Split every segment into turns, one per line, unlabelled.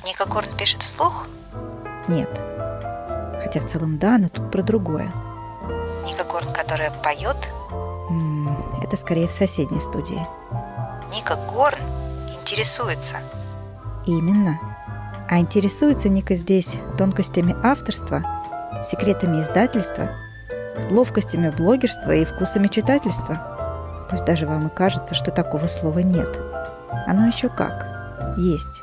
Ника Корн пишет вслух?
Нет. Хотя в целом да, но тут про другое.
Ника Корн, которая поет?
Это скорее в соседней студии.
Ника Корн интересуется.
Именно. А интересуется Ника здесь тонкостями авторства, секретами издательства, ловкостями блогерства и вкусами читательства. Пусть даже вам и кажется, что такого слова нет. Оно еще как. Есть.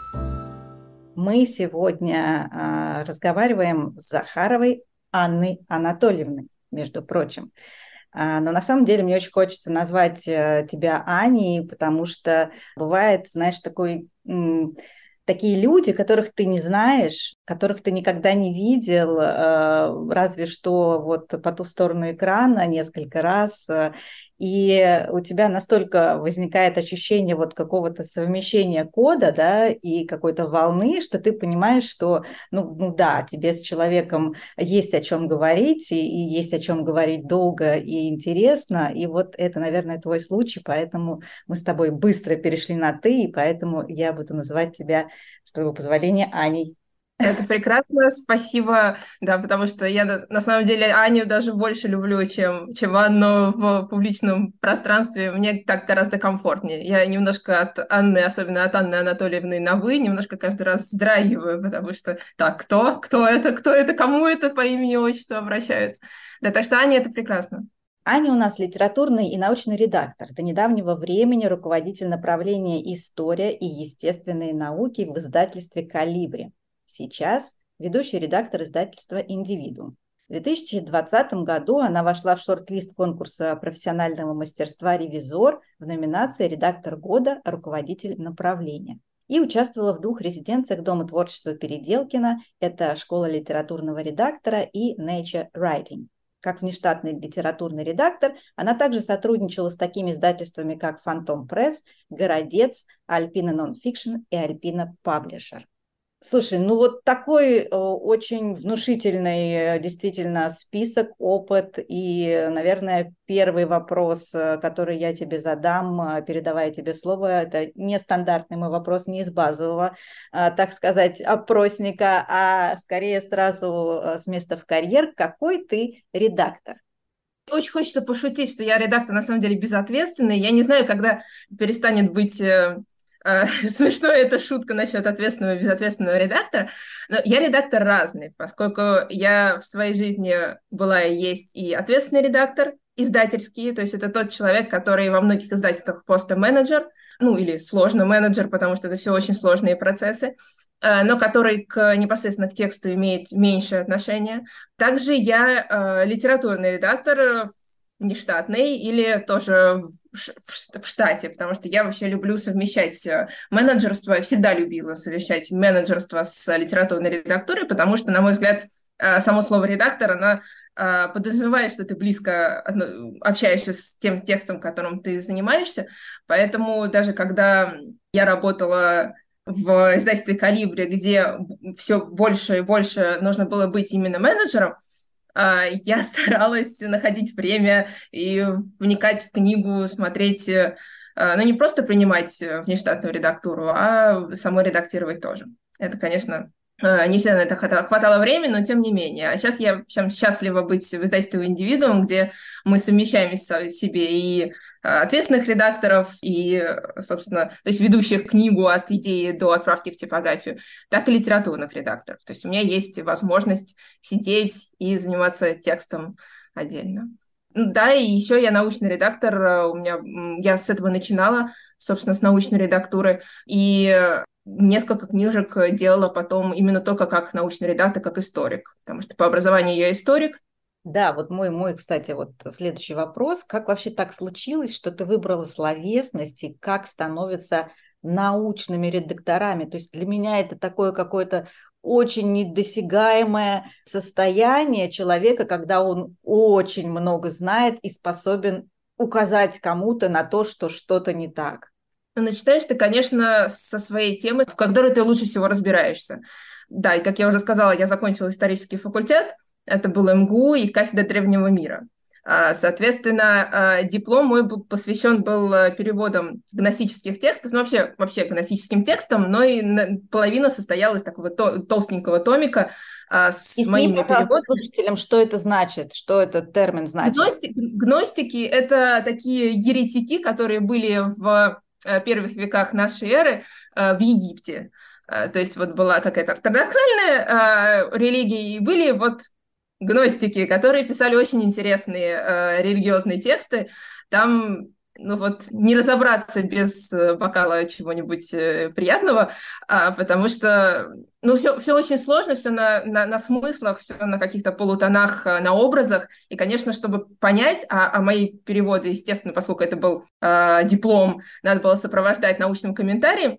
Мы сегодня разговариваем с Захаровой Анной Анатольевной, между прочим. Но на самом деле мне очень хочется назвать тебя Аней, потому что бывает, знаешь, такие люди, которых ты не знаешь, которых ты никогда не видел, разве что вот по ту сторону экрана несколько раз, и у тебя настолько возникает ощущение вот какого-то совмещения кода, да, и какой-то волны, что ты понимаешь, что, ну да, тебе с человеком есть о чем говорить, и есть о чем говорить долго и интересно, и вот это, наверное, твой случай, поэтому мы с тобой быстро перешли на «ты», и поэтому я буду называть тебя, с твоего позволения, Аней.
Это прекрасно, спасибо, да, потому что я на самом деле Аню даже больше люблю, чем Анну в публичном пространстве. Мне так гораздо комфортнее. Я немножко от Анны, особенно от Анны Анатольевны на «вы», немножко каждый раз вздрагиваю, потому что так, кто это, кому это по имени, отчеству обращаются. Да, так что Аня — это прекрасно.
Аня у нас литературный и научный редактор. До недавнего времени руководитель направления «История и естественные науки» в издательстве «Колибри». Сейчас ведущий редактор издательства «Индивидуум». В 2020 году она вошла в шорт-лист конкурса профессионального мастерства «Ревизор» в номинации «Редактор года. Руководитель направления». И участвовала в 2 резиденциях Дома творчества Переделкина. Это школа литературного редактора и Nature Writing. Как внештатный литературный редактор, она также сотрудничала с такими издательствами, как Фантом Пресс, Городец, Альпина Нонфикшн и Альпина Паблишер. Слушай, ну вот такой очень внушительный действительно список, опыт. И, наверное, первый вопрос, который я тебе задам, передавая тебе слово, это нестандартный мой вопрос, не из базового, так сказать, опросника, а скорее сразу с места в карьер. Какой ты редактор?
Очень хочется пошутить, что я редактор на самом деле безответственный. Я не знаю, когда перестанет быть... смешная эта шутка насчет ответственного и безответственного редактора, но я редактор разный, поскольку я в своей жизни была и есть и ответственный редактор, издательский, то есть это тот человек, который во многих издательствах просто менеджер, ну или сложно менеджер, потому что это все очень сложные процессы, но который непосредственно к тексту имеет меньше отношения. Также я литературный редактор, нештатный или тоже в штате, потому что я вообще люблю совмещать менеджерство, всегда любила совмещать менеджерство с литературной редактурой, потому что, на мой взгляд, само слово «редактор», оно подразумевает, что ты близко общаешься с тем текстом, которым ты занимаешься, поэтому даже когда я работала в издательстве «Колибри», где все больше и больше нужно было быть именно менеджером, я старалась находить время и вникать в книгу, смотреть, ну, не просто принимать внештатную редактуру, а самой редактировать тоже. Это, конечно, не всегда на это хватало времени, но тем не менее. А сейчас я прям счастлива быть в издательстве «Индивидуум», где мы совмещаем в себе и ответственных редакторов, и, собственно, то есть ведущих книгу от идеи до отправки в типографию, так и литературных редакторов. То есть у меня есть возможность сидеть и заниматься текстом отдельно. Да, и еще я научный редактор, я с этого начинала, собственно, с научной редактуры, и несколько книжек делала потом именно только как научный редактор, как историк, потому что по образованию я историк.
Да, вот мой, кстати, вот следующий вопрос. Как вообще так случилось, что ты выбрала словесность и как становятся научными редакторами? То есть для меня это такое какое-то очень недосягаемое состояние человека, когда он очень много знает и способен указать кому-то на то, что что-то не так.
Начинаешь ты, конечно, со своей темы, в которой ты лучше всего разбираешься. Да, и как я уже сказала, я закончила исторический факультет, это был МГУ и кафедра древнего мира. Соответственно, диплом мой посвящен был переводам гностических текстов, ну, вообще гностическим текстам, но и половина состояла из такого толстенького томика с моими переводами.
Слушателям, что это значит, что этот термин значит?
Гностики – это такие еретики, которые были в первых веках нашей эры в Египте. То есть вот была какая-то ортодоксальная религия, и были вот гностики, которые писали очень интересные религиозные тексты. Там, ну вот, не разобраться без бокала чего-нибудь приятного, потому что, ну, все очень сложно, все на смыслах, все на каких-то полутонах, на образах. И, конечно, чтобы понять, мои переводы, естественно, поскольку это был диплом, надо было сопровождать научным комментарием.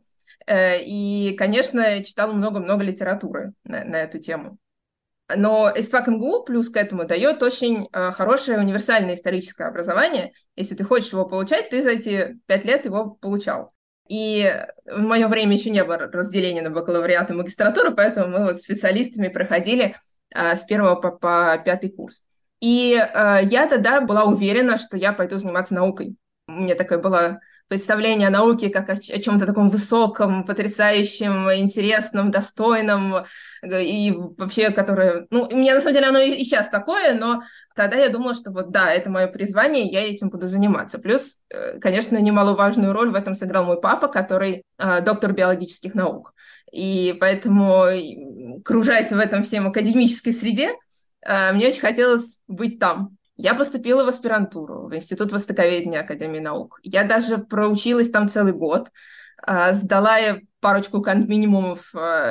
И, конечно, читала много-много литературы на эту тему. Но ИСТФАК МГУ плюс к этому дает очень хорошее универсальное историческое образование. Если ты хочешь его получать, ты за эти 5 лет его получал. И в мое время еще не было разделения на бакалавриат и магистратуру, поэтому мы вот специалистами проходили с 1 по 5 курс. И я тогда была уверена, что я пойду заниматься наукой. У меня такое было представление о науке как о чем-то таком высоком, потрясающем, интересном, достойном, и вообще, которое... Ну, у меня, на самом деле, оно и сейчас такое, но тогда я думала, что вот да, это мое призвание, я этим буду заниматься. Плюс, конечно, немаловажную роль в этом сыграл мой папа, который доктор биологических наук. И поэтому, кружась в этом всем академической среде, мне очень хотелось быть там. Я поступила в аспирантуру в Институт востоковедения Академии наук. Я даже проучилась там целый год, сдала я парочку канд-минимумов,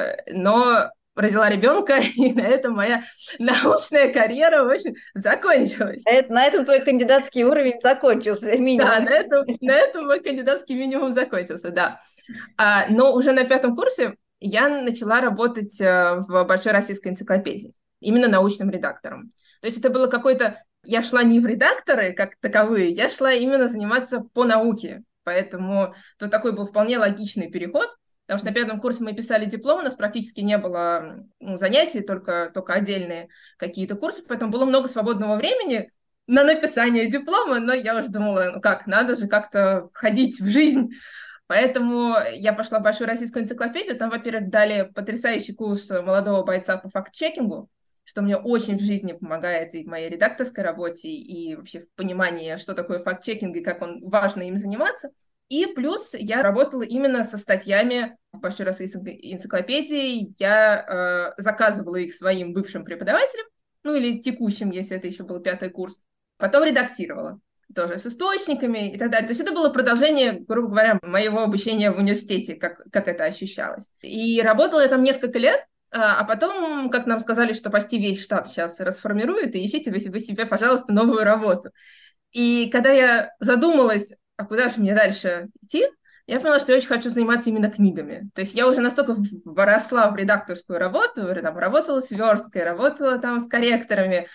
но родила ребенка, и на этом моя научная карьера, в общем, закончилась.
На этом твой кандидатский уровень закончился, минимум.
Да, на этом мой кандидатский минимум закончился, да. Но уже на 5 курсе я начала работать в Большой российской энциклопедии, именно научным редактором. То есть это было какое-то... Я шла не в редакторы, как таковые, я шла именно заниматься по науке. Поэтому то такой был вполне логичный переход, потому что на 5 курсе мы писали диплом, у нас практически не было занятий, только отдельные какие-то курсы, поэтому было много свободного времени на написание диплома, но я уже думала, ну как, надо же как-то входить в жизнь. Поэтому я пошла в Большую российскую энциклопедию, там, во-первых, дали потрясающий курс молодого бойца по факт-чекингу, что мне очень в жизни помогает и в моей редакторской работе, и вообще в понимании, что такое факт-чекинг и как важно им заниматься. И плюс я работала именно со статьями в Большой российской энциклопедии. Я заказывала их своим бывшим преподавателям, ну или текущим, если это еще был 5 курс. Потом редактировала, тоже с источниками и так далее. То есть это было продолжение, грубо говоря, моего обучения в университете, как это ощущалось. И работала я там несколько лет, а потом, как нам сказали, что почти весь штат сейчас расформируют, и ищите вы себе, пожалуйста, новую работу. И когда я задумалась, а куда же мне дальше идти, я поняла, что я очень хочу заниматься именно книгами. То есть я уже настолько вросла в редакторскую работу, там, работала с версткой, работала там с корректорами,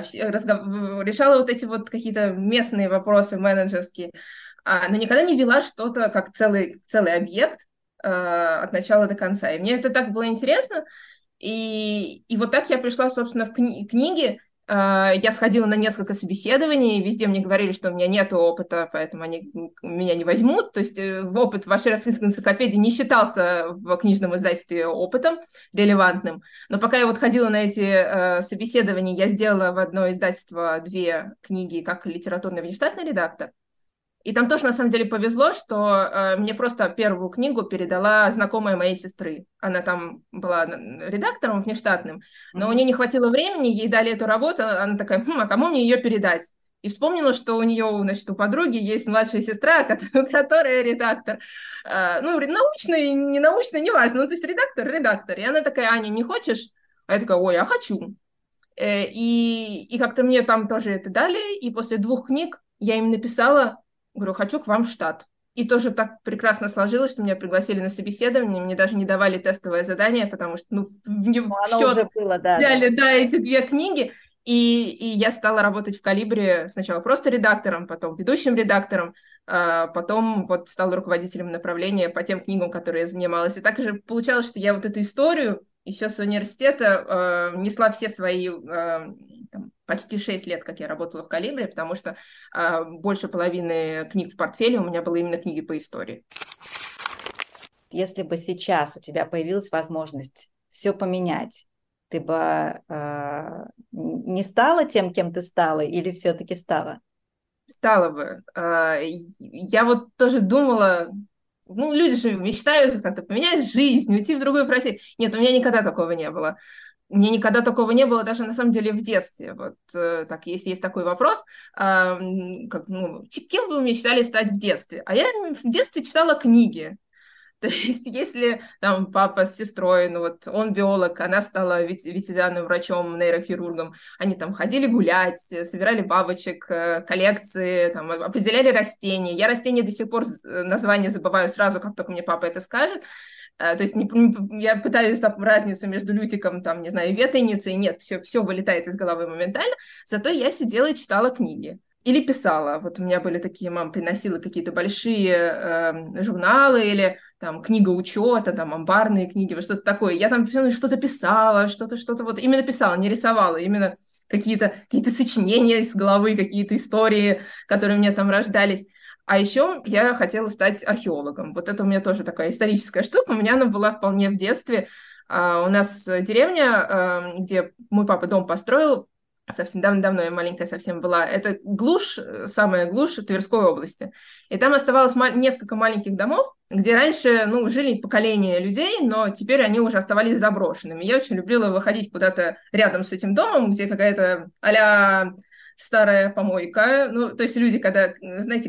решала вот эти вот какие-то местные вопросы менеджерские, но никогда не вела что-то как целый объект от начала до конца. И мне это так было интересно. И вот так я пришла, собственно, в книги. Я сходила на несколько собеседований, везде мне говорили, что у меня нет опыта, поэтому они меня не возьмут. То есть опыт в Большой российской энциклопедии не считался в книжном издательстве опытом релевантным. Но пока я вот ходила на эти собеседования, я сделала в одно издательство 2 книги как литературный внештатный редактор. И там тоже, на самом деле, повезло, что мне просто первую книгу передала знакомая моей сестры. Она там была редактором внештатным, но у нее не хватило времени, ей дали эту работу, она такая, а кому мне ее передать? И вспомнила, что у нее, значит, у подруги есть младшая сестра, которая редактор. Ну, научный, не научный, неважно, ну, то есть редактор. И она такая, Аня, не хочешь? А я такая, ой, я хочу. И как-то мне там тоже это дали, и после 2 книг я им написала, говорю, хочу к вам в штат. И тоже так прекрасно сложилось, что меня пригласили на собеседование, мне даже не давали тестовое задание, потому что, в счет взяли, эти 2 книги. И я стала работать в «Калибре» сначала просто редактором, потом ведущим редактором, потом вот стала руководителем направления по тем книгам, которые я занималась. И так же получалось, что я вот эту историю еще с университета несла все свои почти 6 лет, как я работала в «Колибри», потому что больше половины книг в портфеле у меня было именно книги по истории.
Если бы сейчас у тебя появилась возможность все поменять, ты бы не стала тем, кем ты стала, или все-таки стала?
Стала бы. Я вот тоже думала, люди же мечтают как-то поменять жизнь, уйти в другую профессию. Нет, у меня никогда такого не было. У меня никогда такого не было даже на самом деле в детстве. Вот так, если есть такой вопрос, кем вы мечтали стать в детстве? А я в детстве читала книги. То есть, если там папа с сестрой, он биолог, она стала ветеринарным врачом, нейрохирургом, они там ходили гулять, собирали бабочек, коллекции, там, определяли растения. Я растения до сих пор название забываю сразу, как только мне папа это скажет. То есть я пытаюсь разницу между лютиком, там, не знаю, и ветреницей, нет, все вылетает из головы моментально, зато я сидела и читала книги. Или писала. Вот у меня были такие, мама приносила какие-то большие журналы или там книга учета, там амбарные книги, вот что-то такое. Я там что-то писала, что-то вот именно писала, не рисовала, именно какие-то сочинения из головы, какие-то истории, которые у меня там рождались. А еще я хотела стать археологом. Вот это у меня тоже такая историческая штука. У меня она была вполне в детстве. У нас деревня, где мой папа дом построил, совсем давно я маленькая совсем была, это глушь, самая глушь Тверской области. И там оставалось несколько маленьких домов, где раньше, жили поколения людей, но теперь они уже оставались заброшенными. Я очень любила выходить куда-то рядом с этим домом, где какая-то а-ля старая помойка. То есть люди, когда, знаете,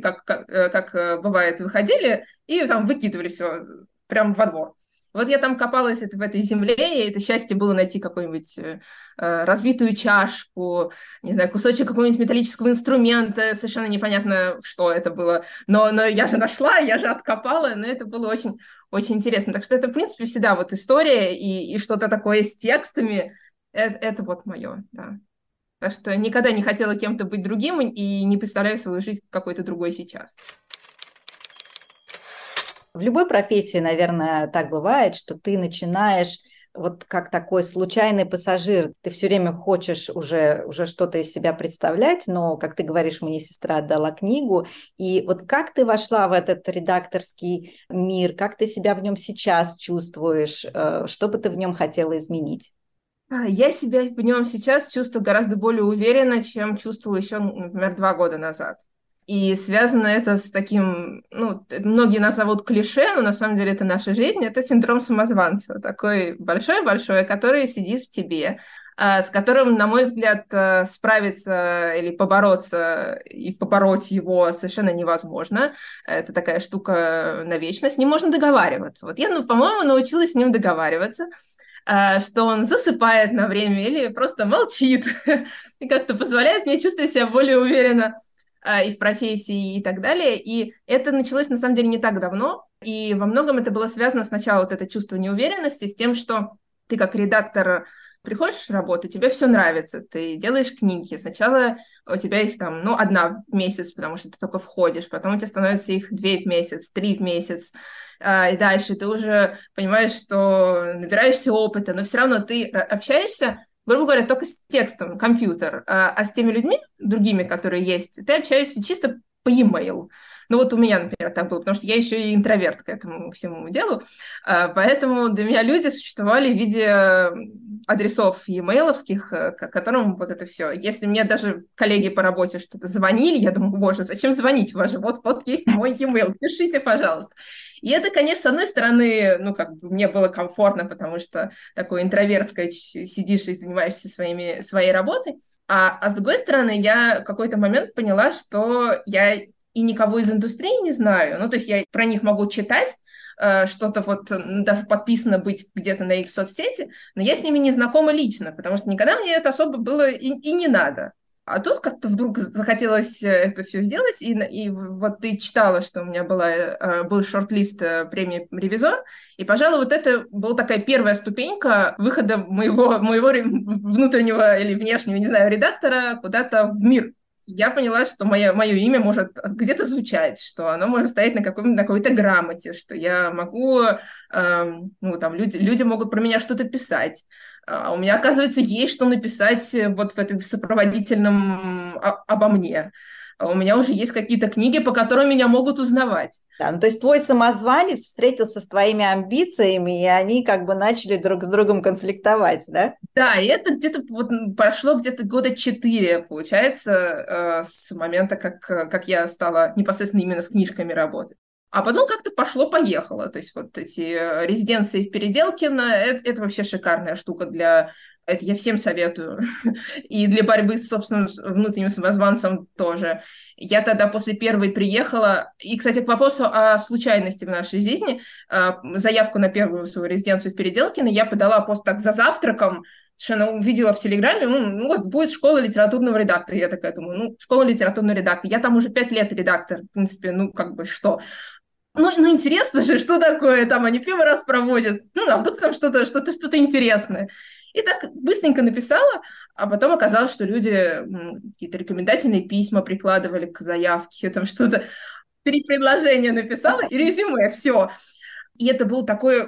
как бывает, выходили и там выкидывали все прямо во двор. Вот я там копалась в этой земле, и это счастье было найти какую-нибудь разбитую чашку, не знаю, кусочек какого-нибудь металлического инструмента, совершенно непонятно, что это было. Но я же нашла, я же откопала, но это было очень, очень интересно. Так что это, в принципе, всегда вот история и что-то такое с текстами, это вот мое, да. Так что никогда не хотела кем-то быть другим и не представляю свою жизнь какой-то другой сейчас.
В любой профессии, наверное, так бывает, что ты начинаешь вот как такой случайный пассажир. Ты все время хочешь уже что-то из себя представлять, но, как ты говоришь, мне сестра отдала книгу. И вот как ты вошла в этот редакторский мир, как ты себя в нем сейчас чувствуешь, что бы ты в нем хотела изменить?
Я себя в нем сейчас чувствую гораздо более уверенно, чем чувствовала еще, например, 2 года назад. И связано это с таким, многие назовут клише, но на самом деле это наша жизнь, это синдром самозванца, такой большой-большой, который сидит в тебе, с которым, на мой взгляд, справиться или побороться и побороть его совершенно невозможно. Это такая штука на вечность, с ним можно договариваться. Вот я, по-моему, научилась с ним договариваться, что он засыпает на время или просто молчит, и как-то позволяет мне чувствовать себя более уверенно и в профессии, и так далее. И это началось, на самом деле, не так давно, и во многом это было связано сначала вот это чувство неуверенности с тем, что ты как редактор приходишь работать, тебе все нравится, ты делаешь книги, сначала у тебя их там, 1 в месяц, потому что ты только входишь, потом у тебя становится их 2 в месяц, 3 в месяц, и дальше ты уже понимаешь, что набираешься опыта, но все равно ты общаешься, грубо говоря, только с текстом, компьютер, а с теми людьми, другими, которые есть, ты общаешься чисто по e-mail. Вот у меня, например, так было, потому что я еще и интроверт к этому всему делу, поэтому для меня люди существовали в виде адресов e-mail'овских, к которым вот это все. Если мне даже коллеги по работе что-то звонили, я думаю, боже, зачем звонить? У вас же вот есть мой e-mail, пишите, пожалуйста. И это, конечно, с одной стороны, мне было комфортно, потому что такое интровертское сидишь и занимаешься своей работой, а с другой стороны, я в какой-то момент поняла, что я и никого из индустрии не знаю, то есть я про них могу читать, что-то даже подписано быть где-то на их соцсети, но я с ними не знакома лично, потому что никогда мне это особо было и не надо. А тут как-то вдруг захотелось это все сделать, и вот ты читала, что у меня был шорт-лист премии «Ревизор», и, пожалуй, вот это была такая первая ступенька выхода моего внутреннего или внешнего, не знаю, редактора куда-то в мир. я поняла, что мое имя может где-то звучать, что оно может стоять на какой-то грамоте, что я могу, ну, там, люди могут про меня что-то писать. А у меня, оказывается, есть что написать вот в этом сопроводительном обо мне. А у меня уже есть какие-то книги, по которым меня могут узнавать.
Да, ну, то есть твой самозванец встретился с твоими амбициями, и они как бы начали друг с другом конфликтовать, да?
Да, и это где-то вот прошло где-то года 4, получается, с момента, как я стала непосредственно именно с книжками работать. А потом как-то пошло-поехало. То есть вот эти резиденции в Переделкино, это вообще шикарная штука для... Это я всем советую. И для борьбы с собственным внутренним самозванцем тоже. Я тогда после первой приехала. И, кстати, к вопросу о случайности в нашей жизни. Заявку на первую свою резиденцию в Переделкино я подала просто так за завтраком. Совершенно увидела в Телеграме, ну вот будет школа литературного редактора. Я такая думаю, ну, школа литературного редактора. Я там уже 5 лет редактор. В принципе, ну, как бы что... Ну, интересно же, что такое, там они первый раз проводят, ну, а вдруг там что-то интересное. И так быстренько написала, а потом оказалось, что люди какие-то рекомендательные письма прикладывали к заявке, там что-то, 3 предложения написала и резюме, все. И это был такой,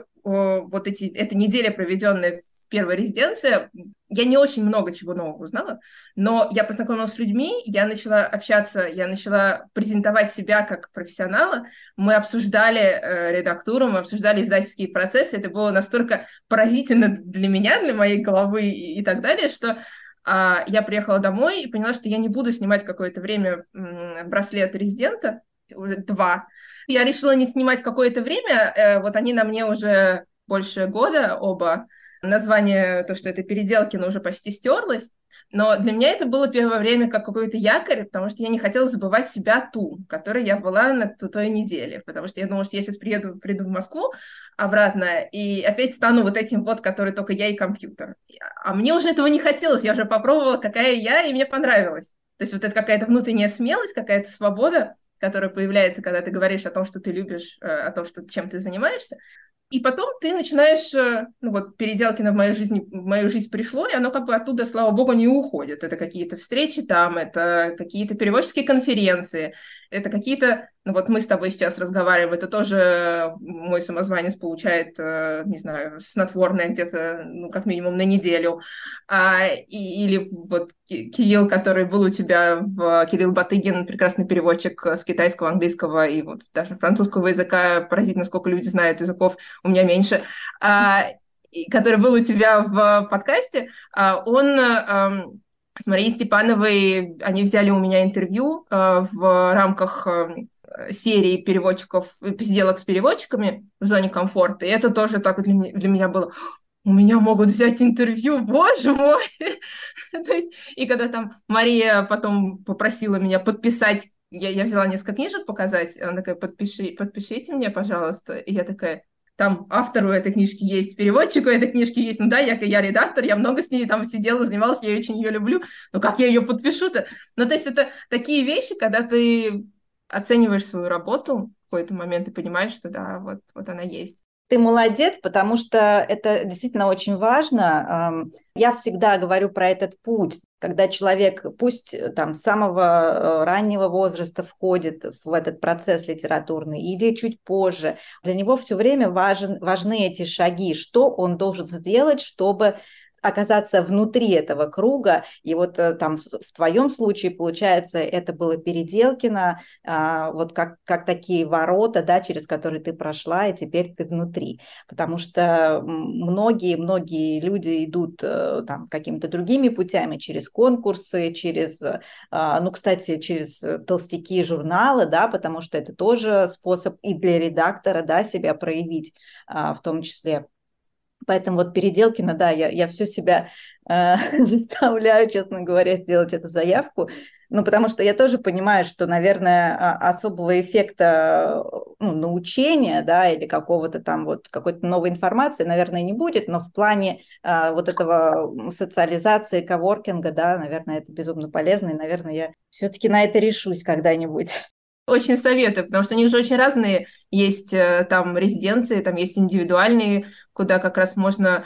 эта неделя, проведенная в первой резиденции, я не очень много чего нового узнала, но я познакомилась с людьми, я начала общаться, я начала презентовать себя как профессионала, мы обсуждали редактуру, мы обсуждали издательские процессы, это было настолько поразительно для меня, для моей головы и так далее, что я приехала домой и поняла, что я не буду снимать какое-то время браслет резидента, уже 2. Я решила не снимать какое-то время, вот они на мне уже больше года оба. Название, то, что это Переделкино, уже почти стерлось, но для меня это было первое время как какой-то якорь, потому что я не хотела забывать себя ту, которой я была на той неделе, потому что я думала, что я сейчас приду в Москву обратно и опять стану вот этим вот, который только я и компьютер. А мне уже этого не хотелось, я уже попробовала, какая я, и мне понравилось. То есть вот это какая-то внутренняя смелость, какая-то свобода, которая появляется, когда ты говоришь о том, что ты любишь, о том, чем ты занимаешься. И потом ты начинаешь, ну вот, Переделкино в мою жизнь пришло, и оно как бы оттуда, слава богу, не уходит. Это какие-то встречи там, это какие-то переводческие конференции, это какие-то, ну вот мы с тобой сейчас разговариваем, это тоже мой самозванец получает, не знаю, снотворное где-то, ну, как минимум на неделю. Или вот Кирилл, который был у тебя, Кирилл Батыгин, прекрасный переводчик с китайского, английского и вот даже французского языка, поразительно, сколько люди знают языков, у меня меньше, который был у тебя в подкасте, он с Марией Степановой, они взяли у меня интервью в рамках серии переводчиков, сделок с переводчиками в зоне комфорта, и это тоже так для меня было... У меня могут взять интервью, боже мой! То есть, и когда там Мария потом попросила меня подписать, я взяла несколько книжек показать, она такая, подпишите мне, пожалуйста. И я такая, там автору этой книжки есть, переводчику этой книжки есть, ну да, я редактор, я много с ней там сидела, занималась, я очень ее люблю, но как я ее подпишу-то? Ну, то есть это такие вещи, когда ты оцениваешь свою работу в какой-то момент и понимаешь, что да, вот она есть.
Ты молодец, потому что это действительно очень важно. Я всегда говорю про этот путь, когда человек, пусть там с самого раннего возраста входит в этот процесс литературный или чуть позже, для него все время важны эти шаги, что он должен сделать, чтобы оказаться внутри этого круга. И вот там в твоем случае, получается, это было Переделкино, вот как такие ворота, да, через которые ты прошла, и теперь ты внутри. Потому что многие люди идут там какими-то другими путями, через конкурсы, через, ну, кстати, через толстяки журналы, да, потому что это тоже способ и для редактора, да, себя проявить в том числе. Поэтому вот Переделкино, да, я все себя заставляю, честно говоря, сделать эту заявку. Ну, потому что я тоже понимаю, что, наверное, особого эффекта научения, да, или какого-то там вот какой-то новой информации, наверное, не будет, но в плане вот этого социализации, коворкинга, да, наверное, это безумно полезно, и, наверное, я все-таки на это решусь когда-нибудь.
Очень советую, потому что у них же очень разные есть там резиденции, там есть индивидуальные, куда как раз можно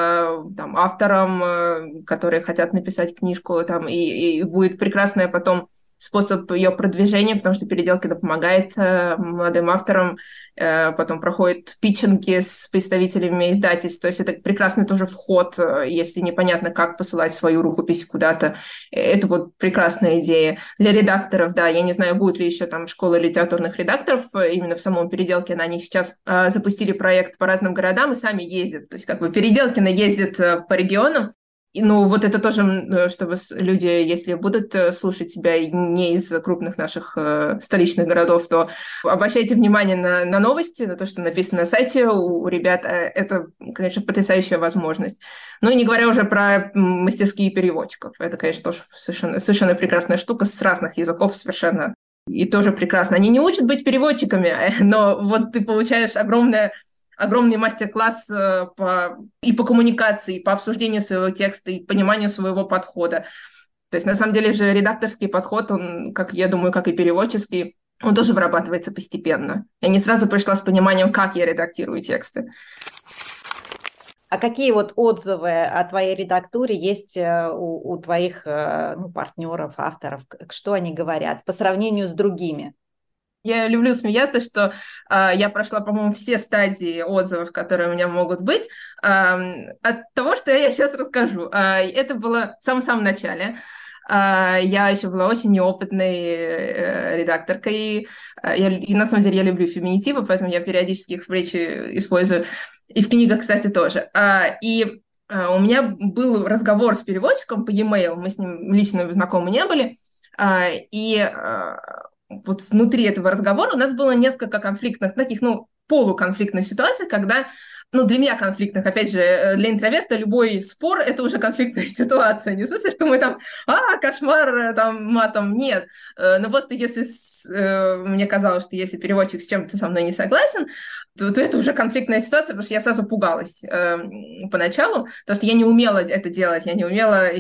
там авторам, которые хотят написать книжку, там и будет прекрасная потом способ ее продвижения, потому что Переделкина помогает молодым авторам, потом проходит питчинги с представителями издательств, то есть это прекрасный тоже вход, если непонятно, как посылать свою рукопись куда-то. Это вот прекрасная идея. Для редакторов, да, я не знаю, будет ли еще там школа литературных редакторов, именно в самом Переделкино они сейчас запустили проект по разным городам и сами ездят, то есть как бы Переделкино ездит по регионам. Ну, вот это тоже, чтобы люди, если будут слушать тебя не из крупных наших столичных городов, то обращайте внимание на новости, на то, что написано на сайте у ребят. Это, конечно, потрясающая возможность. Ну, и не говоря уже про мастерские переводчиков. Это, конечно, тоже совершенно прекрасная штука с разных языков совершенно. И тоже прекрасно. Они не учат быть переводчиками, но вот ты получаешь огромный мастер-класс и по коммуникации, и по обсуждению своего текста, и пониманию своего подхода. То есть, на самом деле же, редакторский подход, он, как я думаю, как и переводческий, он тоже вырабатывается постепенно. Я не сразу пришла с пониманием, как я редактирую тексты.
А какие вот отзывы о твоей редактуре есть у твоих партнеров, авторов? Что они говорят по сравнению с другими?
Я люблю смеяться, что я прошла, по-моему, все стадии отзывов, которые у меня могут быть, от того, что я сейчас расскажу. Это было в самом-самом начале. Я еще была очень неопытной редакторкой, и на самом деле я люблю феминитивы, поэтому я периодически их в речи использую, и в книгах, кстати, тоже. И у меня был разговор с переводчиком по e-mail, мы с ним лично знакомы не были, и вот внутри этого разговора у нас было несколько конфликтных, таких, полуконфликтных ситуаций, когда, для меня конфликтных, опять же, для интроверта любой спор — это уже конфликтная ситуация. Не в смысле, что мы там, кошмар, там, матом, нет. Но просто если мне казалось, что если переводчик с чем-то со мной не согласен, то это уже конфликтная ситуация, потому что я сразу пугалась поначалу, потому что я не умела это делать, я не умела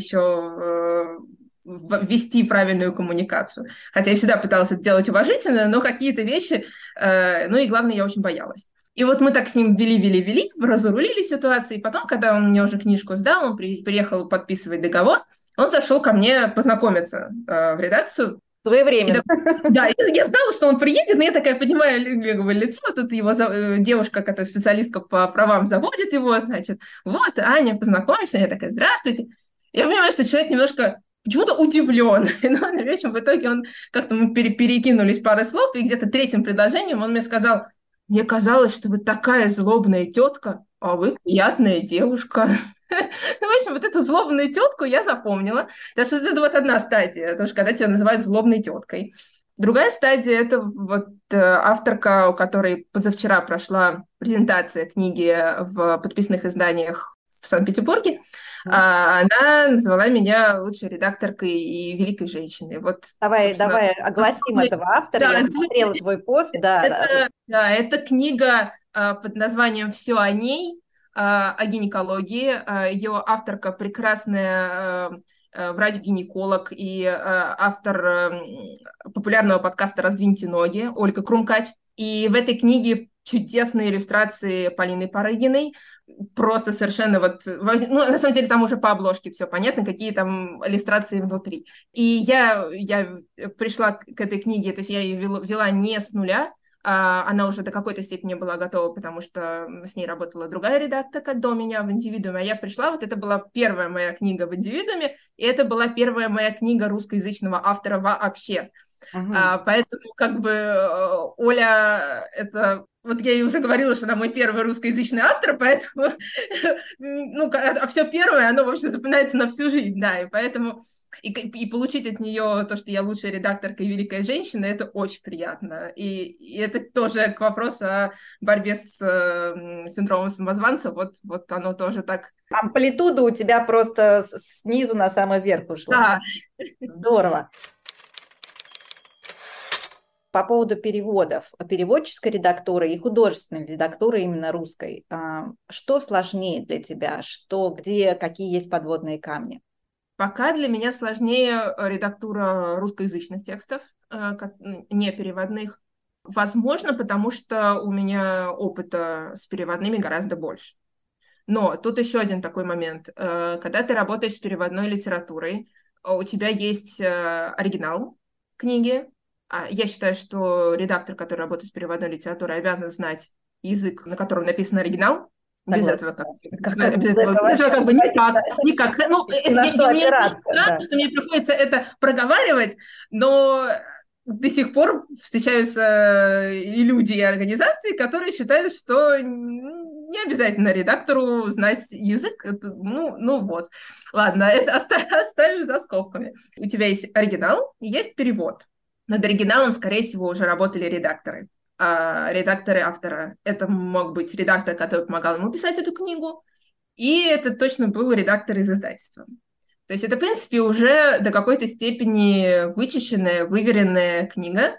еще вести правильную коммуникацию. Хотя я всегда пыталась это делать уважительно, но какие-то вещи, и главное, я очень боялась. И вот мы так с ним вели, разрулили ситуацию, и потом, когда он мне уже книжку сдал, он приехал подписывать договор, он зашел ко мне познакомиться в редакцию.
Своевременно.
Да, я знала, что он приедет, но я такая поднимаю лицо, тут его девушка, которая специалистка по правам, заводит его, значит, вот, Аня, познакомишься, я такая, здравствуйте. Я понимаю, что человек немножко почему-то удивлен. Но, в общем, в итоге как-то мы перекинулись парой слов, и где-то третьим предложением он мне сказал: мне казалось, что вы такая злобная тетка, а вы приятная девушка. В общем, вот эту злобную тетку я запомнила. Так что это вот одна стадия, потому что когда тебя называют злобной теткой. Другая стадия — это вот авторка, у которой позавчера прошла презентация книги в подписанных изданиях в Санкт-Петербурге. Она назвала меня лучшей редакторкой и великой женщиной. Вот,
давай огласим этого автора. Да, я смотрела твой пост.
Это книга под названием «Все о ней», о гинекологии. Ее авторка прекрасная врач-гинеколог и автор популярного подкаста «Раздвиньте ноги» Ольга Крумкач. И в этой книге чудесные иллюстрации Полины Парыгиной, просто совершенно на самом деле там уже по обложке все понятно, какие там иллюстрации внутри. И я пришла к этой книге, то есть я ее вела не с нуля, она уже до какой-то степени была готова, потому что с ней работала другая редакторка до меня в «Индивидууме», а я пришла, вот это была первая моя книга в «Индивидууме», и это была первая моя книга русскоязычного автора вообще. Поэтому Оля, это... Вот я ей уже говорила, что она мой первый русскоязычный автор, поэтому, а все первое, оно вообще запоминается на всю жизнь, да, и поэтому, и получить от нее то, что я лучшая редакторка и великая женщина, это очень приятно, и это тоже к вопросу о борьбе с синдромом самозванца, вот оно тоже так...
Амплитуда у тебя просто снизу на самый верх ушла.
Да.
Здорово. По поводу переводов, переводческой редактуры и художественной редактуры именно русской, что сложнее для тебя? Где, какие есть подводные камни?
Пока для меня сложнее редактура русскоязычных текстов, не переводных. Возможно, потому что у меня опыта с переводными гораздо больше. Но тут еще один такой момент. Когда ты работаешь с переводной литературой, у тебя есть оригинал, книги. Я считаю, что редактор, который работает с переводной литературой, обязан знать язык, на котором написан оригинал. Без этого как бы никак. Ну, мне очень странно, что мне приходится это проговаривать, но до сих пор встречаются и люди, и организации, которые считают, что не обязательно редактору знать язык. Ну вот. Ладно, это оставим за скобками. У тебя есть оригинал и есть перевод. Над оригиналом, скорее всего, уже работали редакторы. Редакторы автора. Это мог быть редактор, который помогал ему писать эту книгу, и это точно был редактор из издательства. То есть это, в принципе, уже до какой-то степени вычищенная, выверенная книга,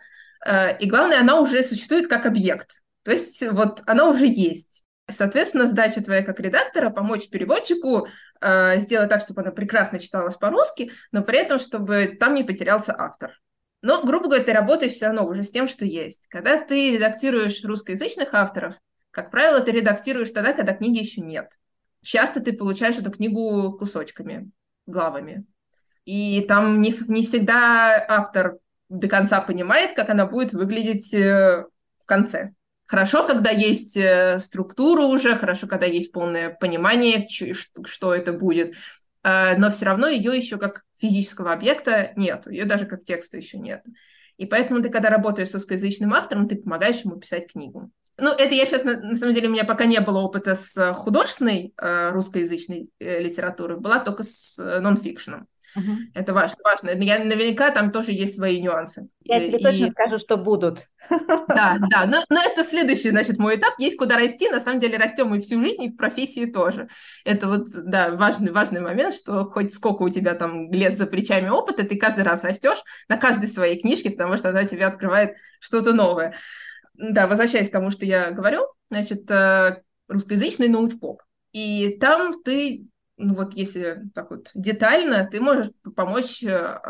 и главное, она уже существует как объект. То есть вот она уже есть. Соответственно, задача твоя как редактора — помочь переводчику сделать так, чтобы она прекрасно читалась по-русски, но при этом, чтобы там не потерялся автор. Но, грубо говоря, ты работаешь все равно уже с тем, что есть. Когда ты редактируешь русскоязычных авторов, как правило, ты редактируешь тогда, когда книги еще нет. Часто ты получаешь эту книгу кусочками, главами. И там не всегда автор до конца понимает, как она будет выглядеть в конце. Хорошо, когда есть структура уже, хорошо, когда есть полное понимание, что это будет. Но все равно ее еще как физического объекта нет, ее даже как текста еще нет. И поэтому ты, когда работаешь с русскоязычным автором, ты помогаешь ему писать книгу. Ну, это я сейчас, на самом деле, у меня пока не было опыта с художественной русскоязычной литературой, была только с нон-фикшеном. Это важно. Наверняка там тоже есть свои нюансы.
Я тебе точно скажу, что будут.
Да. Но это следующий, значит, мой этап. Есть куда расти. На самом деле растем мы всю жизнь, и в профессии тоже. Это вот, да, важный момент, что хоть сколько у тебя там лет за плечами опыта, ты каждый раз растешь на каждой своей книжке, потому что она тебе открывает что-то новое. Да, возвращаясь к тому, что я говорю, значит, русскоязычный научпоп. И там ты... Ну вот если так вот детально, ты можешь помочь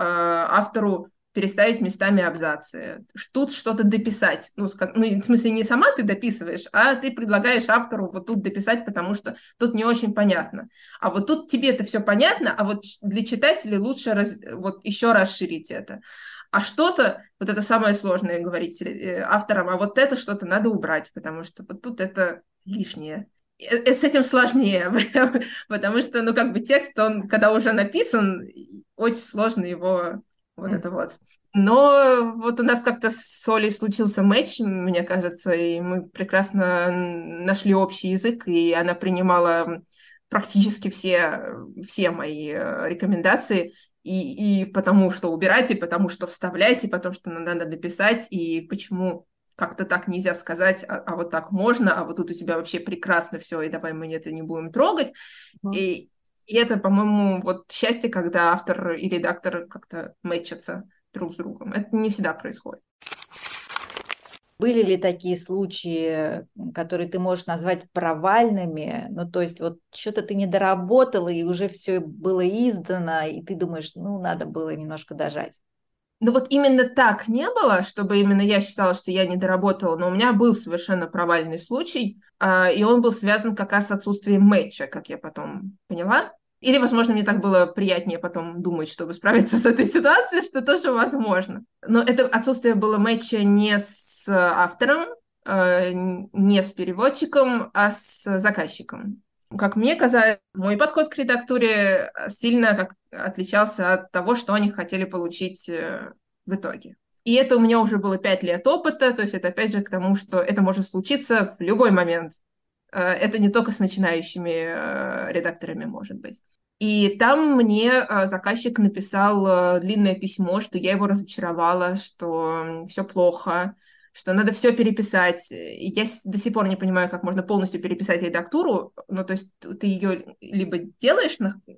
автору переставить местами абзацы, тут что-то дописать. Ну, в смысле, не сама ты дописываешь, а ты предлагаешь автору вот тут дописать, потому что тут не очень понятно. А вот тут тебе это все понятно, а вот для читателей лучше вот еще расширить это. А что-то, вот это самое сложное говорить авторам, а вот это что-то надо убрать, потому что вот тут это лишнее. С этим сложнее, потому что, ну, как бы текст, он, когда уже написан, очень сложно его вот это вот. Но вот у нас как-то с Олей случился матч, мне кажется, и мы прекрасно нашли общий язык, и она принимала практически все мои рекомендации, и потому что убирать, и потому что вставлять, и потому что надо дописать, и почему... Как-то так нельзя сказать, а вот так можно, а вот тут у тебя вообще прекрасно все, и давай мы это не будем трогать. И это, по-моему, вот счастье, когда автор и редактор как-то мэтчатся друг с другом. Это не всегда происходит.
Были ли такие случаи, которые ты можешь назвать провальными? Ну, то есть вот что-то ты не доработала, и уже все было издано, и ты думаешь, ну, надо было немножко дожать.
Ну вот именно так не было, чтобы именно я считала, что я не доработала, но у меня был совершенно провальный случай, и он был связан как раз с отсутствием мэтча, как я потом поняла. Или, возможно, мне так было приятнее потом думать, чтобы справиться с этой ситуацией, что тоже возможно. Но это отсутствие было мэтча не с автором, не с переводчиком, а с заказчиком. Как мне казалось, мой подход к редактуре сильно отличался от того, что они хотели получить в итоге. И это у меня уже было 5 лет опыта, то есть это опять же к тому, что это может случиться в любой момент. Это не только с начинающими редакторами может быть. И там мне заказчик написал длинное письмо, что я его разочаровала, что все плохо, что надо все переписать. Я до сих пор не понимаю, как можно полностью переписать редактуру. Ну, то есть ты ее либо делаешь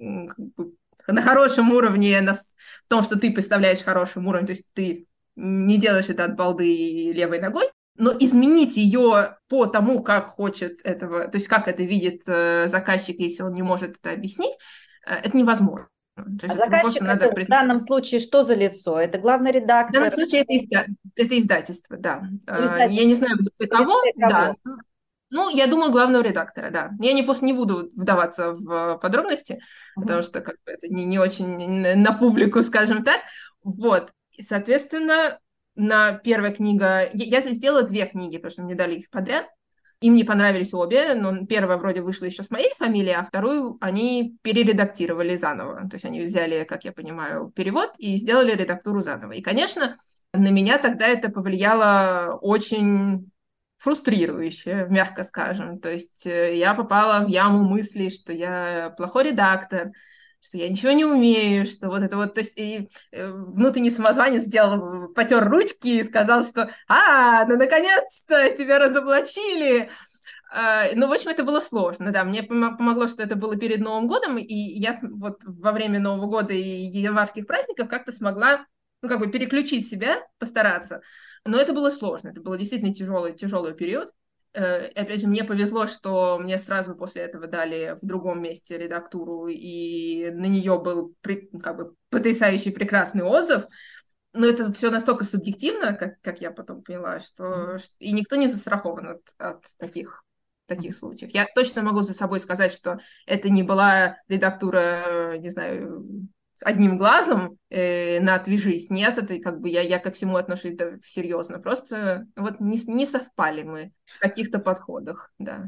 на хорошем уровне, в том, что ты представляешь хорошим уровнем, то есть ты не делаешь это от балды левой ногой, но изменить ее по тому, как хочет этого, то есть как это видит заказчик, если он не может это объяснить, это невозможно.
То есть заказчик это в данном случае что за лицо? Это главный редактор?
В данном случае это издательство, да. Я не знаю, для кого, да. Ну, я думаю, главного редактора, да. Я просто не буду вдаваться в подробности, потому что как бы, это не очень на публику, скажем так. Вот. И, соответственно, на первая книга... Я сделала 2 книги, потому что мне дали их подряд. Им не понравились обе, но первая вроде вышла еще с моей фамилией, а вторую они перередактировали заново. То есть они взяли, как я понимаю, перевод и сделали редактуру заново. И, конечно, на меня тогда это повлияло очень фрустрирующе, мягко скажем. То есть я попала в яму мыслей, что я плохой редактор, что я ничего не умею, что вот это вот... То есть и внутренний самозванец потер ручки и сказал, что ну наконец-то тебя разоблачили. Ну, в общем, это было сложно, да. Мне помогло, что это было перед Новым годом, и я вот во время Нового года и январских праздников как-то смогла, переключить себя, постараться. Но это было сложно, это был действительно тяжелый период. Опять же, мне повезло, что мне сразу после этого дали в другом месте редактуру, и на нее был потрясающий, прекрасный отзыв. Но это все настолько субъективно, как я потом поняла, что и никто не застрахован от таких случаев. Я точно могу за собой сказать, что это не была редактура, не знаю, одним глазом на «Отвяжись». Нет, это я ко всему отношусь серьезно. Просто вот не совпали мы в каких-то подходах, да.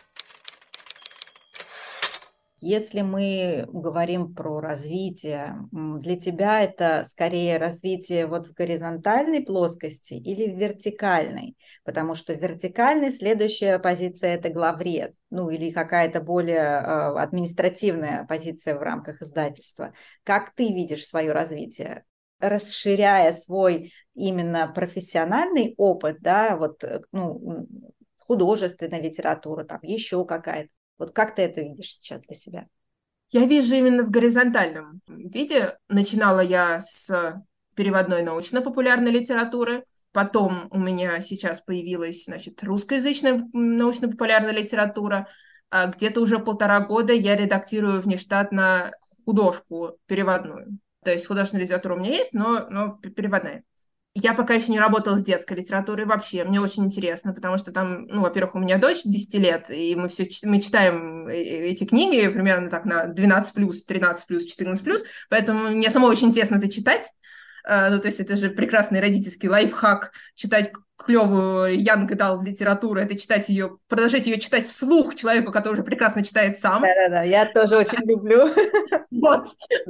Если мы говорим про развитие, для тебя это скорее развитие вот в горизонтальной плоскости или в вертикальной? Потому что в вертикальной следующая позиция – это главред, или какая-то более административная позиция в рамках издательства. Как ты видишь свое развитие? Расширяя свой именно профессиональный опыт, да, художественная литература, там еще какая-то. Вот как ты это видишь сейчас для себя?
Я вижу именно в горизонтальном виде. Начинала я с переводной научно-популярной литературы. Потом у меня сейчас появилась, русскоязычная научно-популярная литература. А где-то уже 1,5 года я редактирую внештатно художку переводную. То есть художественная литература у меня есть, но переводная. Я пока еще не работала с детской литературой вообще. Мне очень интересно, потому что там, во-первых, у меня дочь 10 лет, и мы читаем эти книги примерно так на 12+, 13+, 14+, поэтому мне самой очень интересно это читать. То есть это же прекрасный родительский лайфхак, читать клевую Янг Эдалт литературу, это продолжать ее читать вслух человеку, который уже прекрасно читает сам.
Да-да-да, я тоже очень люблю.
Вот.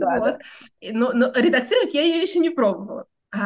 Но редактировать я ее еще не пробовала.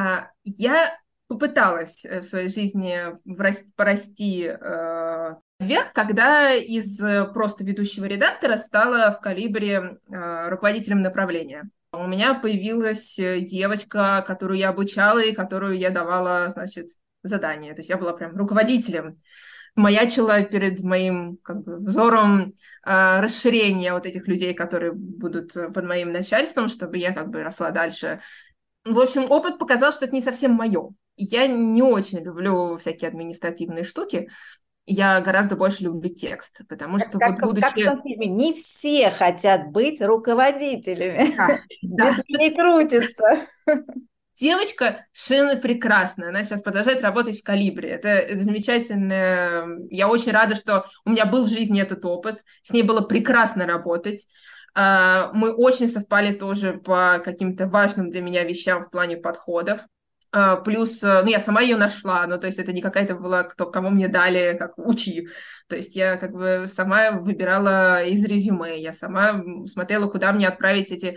Я попыталась в своей жизни порасти вверх, когда из просто ведущего редактора стала в «Калибре» руководителем направления. У меня появилась девочка, которую я обучала и которую я давала, задания. То есть я была прям руководителем. Маячила перед моим взором расширения вот этих людей, которые будут под моим начальством, чтобы я росла дальше. В общем, опыт показал, что это не совсем мое. Я не очень люблю всякие административные штуки. Я гораздо больше люблю текст, потому что будучи...
Как в том фильме, не все хотят быть руководителями.
Да.
Не крутится.
Девочка совершенно прекрасная. Она сейчас продолжает работать в «Калибре». Это замечательно. Я очень рада, что у меня был в жизни этот опыт. С ней было прекрасно работать. Мы очень совпали тоже по каким-то важным для меня вещам в плане подходов. Плюс, я сама ее нашла, то есть это не какая-то была, кому мне дали, как учи. То есть я сама выбирала из резюме, я сама смотрела, куда мне отправить эти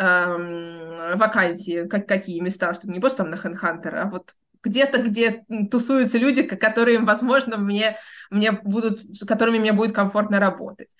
вакансии, какие места, чтобы не просто там на HeadHunter, а вот где-то, где тусуются люди, которые, возможно, с которыми мне будет комфортно работать.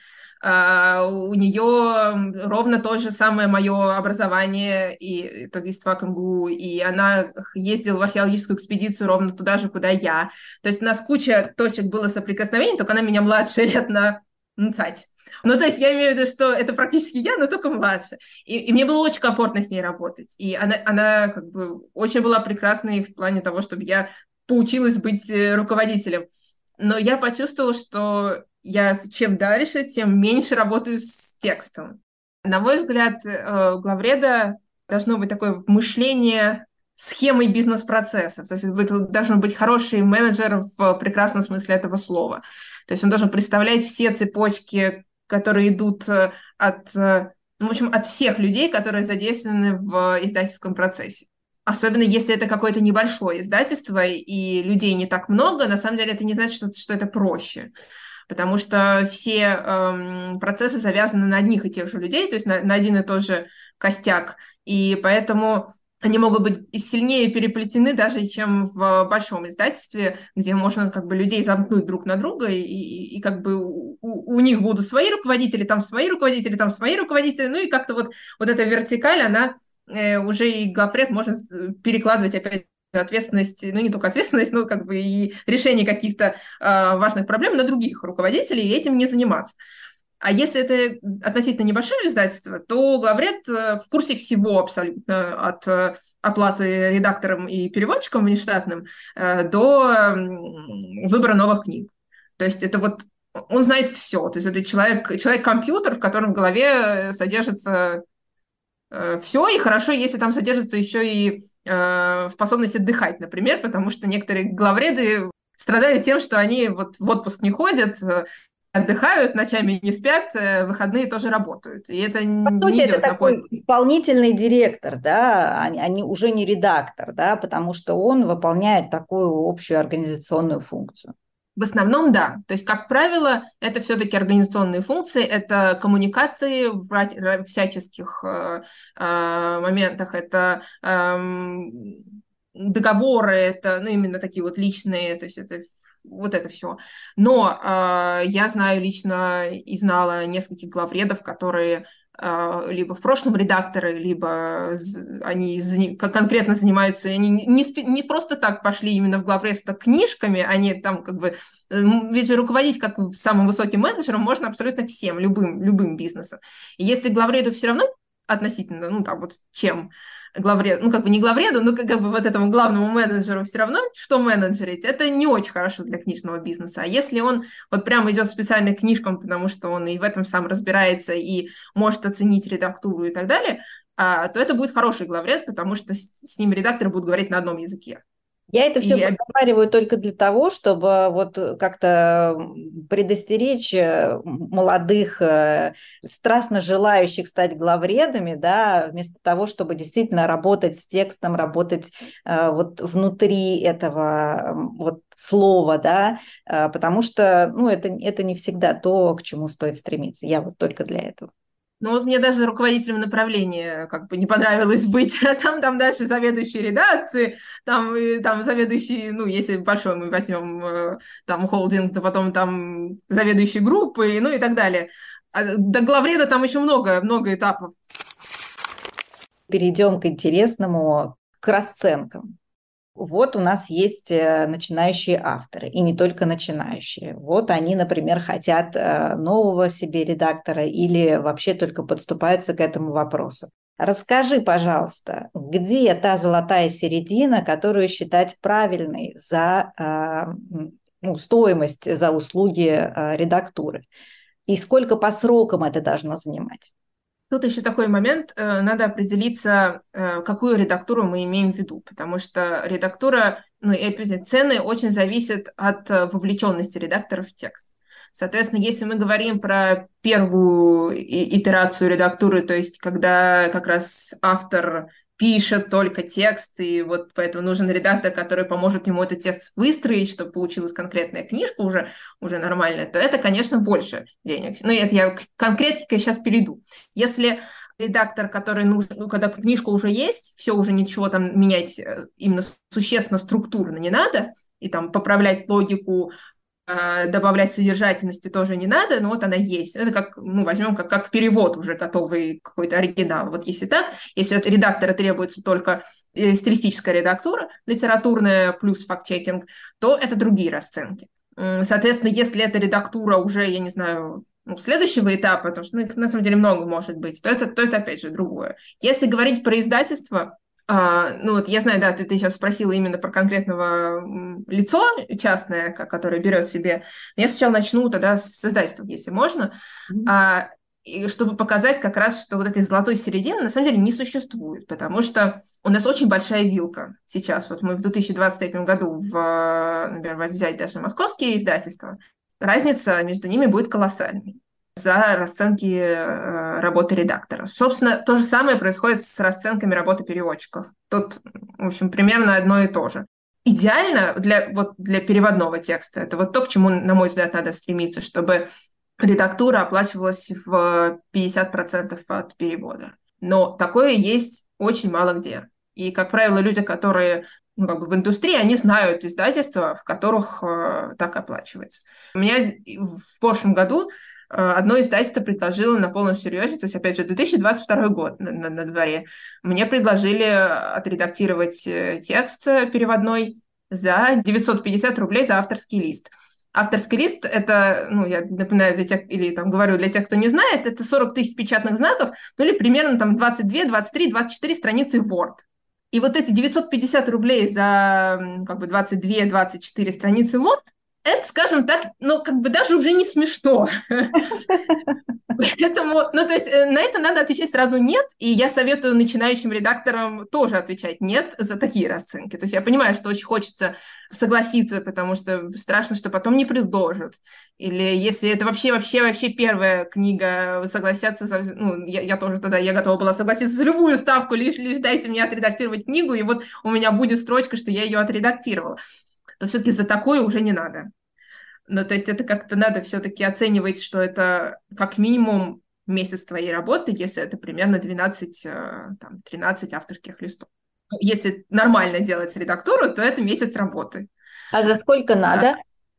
У нее ровно то же самое мое образование и из МГУ, и она ездила в археологическую экспедицию ровно туда же, куда я. То есть у нас куча точек было соприкосновений, только она меня младше лет на цать. То есть я имею в виду, что это практически я, но только младше. И мне было очень комфортно с ней работать. И она очень была прекрасной в плане того, чтобы я поучилась быть руководителем. Но я почувствовала, что я чем дальше, тем меньше работаю с текстом. На мой взгляд, у главреда должно быть такое мышление схемой бизнес-процессов. То есть должен быть хороший менеджер в прекрасном смысле этого слова. То есть он должен представлять все цепочки, которые идут от всех людей, которые задействованы в издательском процессе. Особенно если это какое-то небольшое издательство и людей не так много, на самом деле это не значит, что это проще. Потому что все процессы завязаны на одних и тех же людей, то есть на один и тот же костяк. И поэтому они могут быть сильнее переплетены даже, чем в большом издательстве, где можно как бы людей замкнуть друг на друга, и как бы у них будут свои руководители, там свои руководители, там свои руководители, ну и как-то вот эта вертикаль, она уже и главред может перекладывать опять ответственность, ну не только ответственность, но как бы и решение каких-то важных проблем на других руководителей, и этим не заниматься. А если это относительно небольшое издательство, то главред в курсе всего абсолютно, от оплаты редакторам и переводчикам внештатным до выбора новых книг. То есть это вот он знает все. То есть это человек-компьютер, в котором в голове содержится все, и хорошо, если там содержится еще и способность отдыхать, например, потому что некоторые главреды страдают тем, что они вот в отпуск не ходят, отдыхают, ночами не спят, выходные тоже работают. И это
По
не
сути, это
идет на
такой
пользу.
исполнительный директор, да, они уже не редактор, да, потому что он выполняет такую общую организационную функцию.
В основном, да. То есть, как правило, это все-таки организационные функции, это коммуникации в всяческих моментах, это договоры, это, ну, именно такие вот личные, то есть это вот это все. Но я знаю лично и знала нескольких главредов, которые либо в прошлом редакторы, либо они конкретно занимаются, они не просто так пошли именно в главредство книжками, они там как бы, ведь же руководить как самым высоким менеджером можно абсолютно всем, любым бизнесом. И если главреду все равно относительно, ну там вот чем главред, ну как бы не главреду, но как бы вот этому главному менеджеру все равно, что менеджерить, это не очень хорошо для книжного бизнеса. А если он вот прямо идет специально к книжкам, потому что он и в этом сам разбирается, и может оценить редактуру и так далее, то это будет хороший главред, потому что с ним редакторы будут говорить на одном языке.
Я это все проговариваю только для того, чтобы вот как-то предостеречь молодых, страстно желающих стать главредами, да, вместо того, чтобы действительно работать с текстом, работать вот внутри этого вот слова, да, потому что, ну, это не всегда то, к чему стоит стремиться. Я вот только для этого.
Ну вот мне даже руководителем направления как бы не понравилось быть, а там дальше заведующий редакции, там заведующий, ну если большой мы возьмем там холдинг, то потом там заведующий группой, ну и так далее. До главреда там еще много этапов.
Перейдем к интересному, к расценкам. Вот у нас есть начинающие авторы, и не только начинающие. Вот они, например, хотят нового себе редактора или вообще только подступаются к этому вопросу. Расскажи, пожалуйста, где та золотая середина, которую считать правильной за стоимость за услуги редактуры? И сколько по срокам это должно занимать?
Тут еще такой момент, надо определиться, какую редактуру мы имеем в виду, потому что редактура, ну и цены очень зависят от вовлеченности редактора в текст. Соответственно, если мы говорим про первую итерацию редактуры, то есть когда как раз автор пишет только текст, и вот поэтому нужен редактор, который поможет ему этот текст выстроить, чтобы получилась конкретная книжка уже нормальная, то это, конечно, больше денег. Но это я к конкретике сейчас перейду. Если редактор, который нужен, ну, когда книжка уже есть, все уже ничего там менять именно существенно структурно не надо, и там поправлять логику, добавлять содержательности тоже не надо, но вот она есть. Это как, ну, возьмем как перевод уже готовый какой-то оригинал. Вот если так, если от редактора требуется только стилистическая редактура, литературная плюс факт-чекинг, то это другие расценки. Соответственно, если эта редактура уже, я не знаю, следующего этапа, потому что их на самом деле много может быть, то это опять же другое. Если говорить про издательство, ну вот я знаю, да, ты сейчас спросила именно про конкретного лицо частное, которое берет себе. Я сначала начну тогда с издательства, если можно, и чтобы показать как раз, что вот этой золотой середины на самом деле не существует, потому что у нас очень большая вилка сейчас. Вот мы в 2023 году, например, взять даже московские издательства, разница между ними будет колоссальной. за расценки работы редактора. Собственно, то же самое происходит с расценками работы переводчиков. Тут, в общем, примерно одно и то же. Идеально для переводного текста, это вот то, к чему, на мой взгляд, надо стремиться, чтобы редактура оплачивалась в 50% от перевода. Но такое есть очень мало где. И, как правило, люди, которые в индустрии, они знают издательства, в которых так оплачивается. У меня в прошлом году одно издательство предложило на полном серьезе, то есть, опять же, 2022 год на дворе, мне предложили отредактировать текст переводной за 950 рублей за авторский лист. Авторский лист — это, я напоминаю для тех, или там говорю для тех, кто не знает, это 40 тысяч печатных знаков, или примерно там 22, 23, 24 страницы Word. И вот эти 950 рублей за 22-24 страницы Word, это, скажем так, даже уже не смешно. Поэтому, то есть на это надо отвечать сразу нет, и я советую начинающим редакторам тоже отвечать нет за такие расценки. То есть я понимаю, что очень хочется согласиться, потому что страшно, что потом не предложат. Или если это вообще первая книга, согласятся, я тоже тогда, я готова была согласиться за любую ставку, лишь дайте мне отредактировать книгу, и вот у меня будет строчка, что я ее отредактировала. То все-таки за такое уже не надо. То есть это как-то надо все-таки оценивать, что это как минимум месяц твоей работы, если это примерно 12-13 авторских листов. Если нормально делать редактуру, то это месяц работы.
А за сколько надо?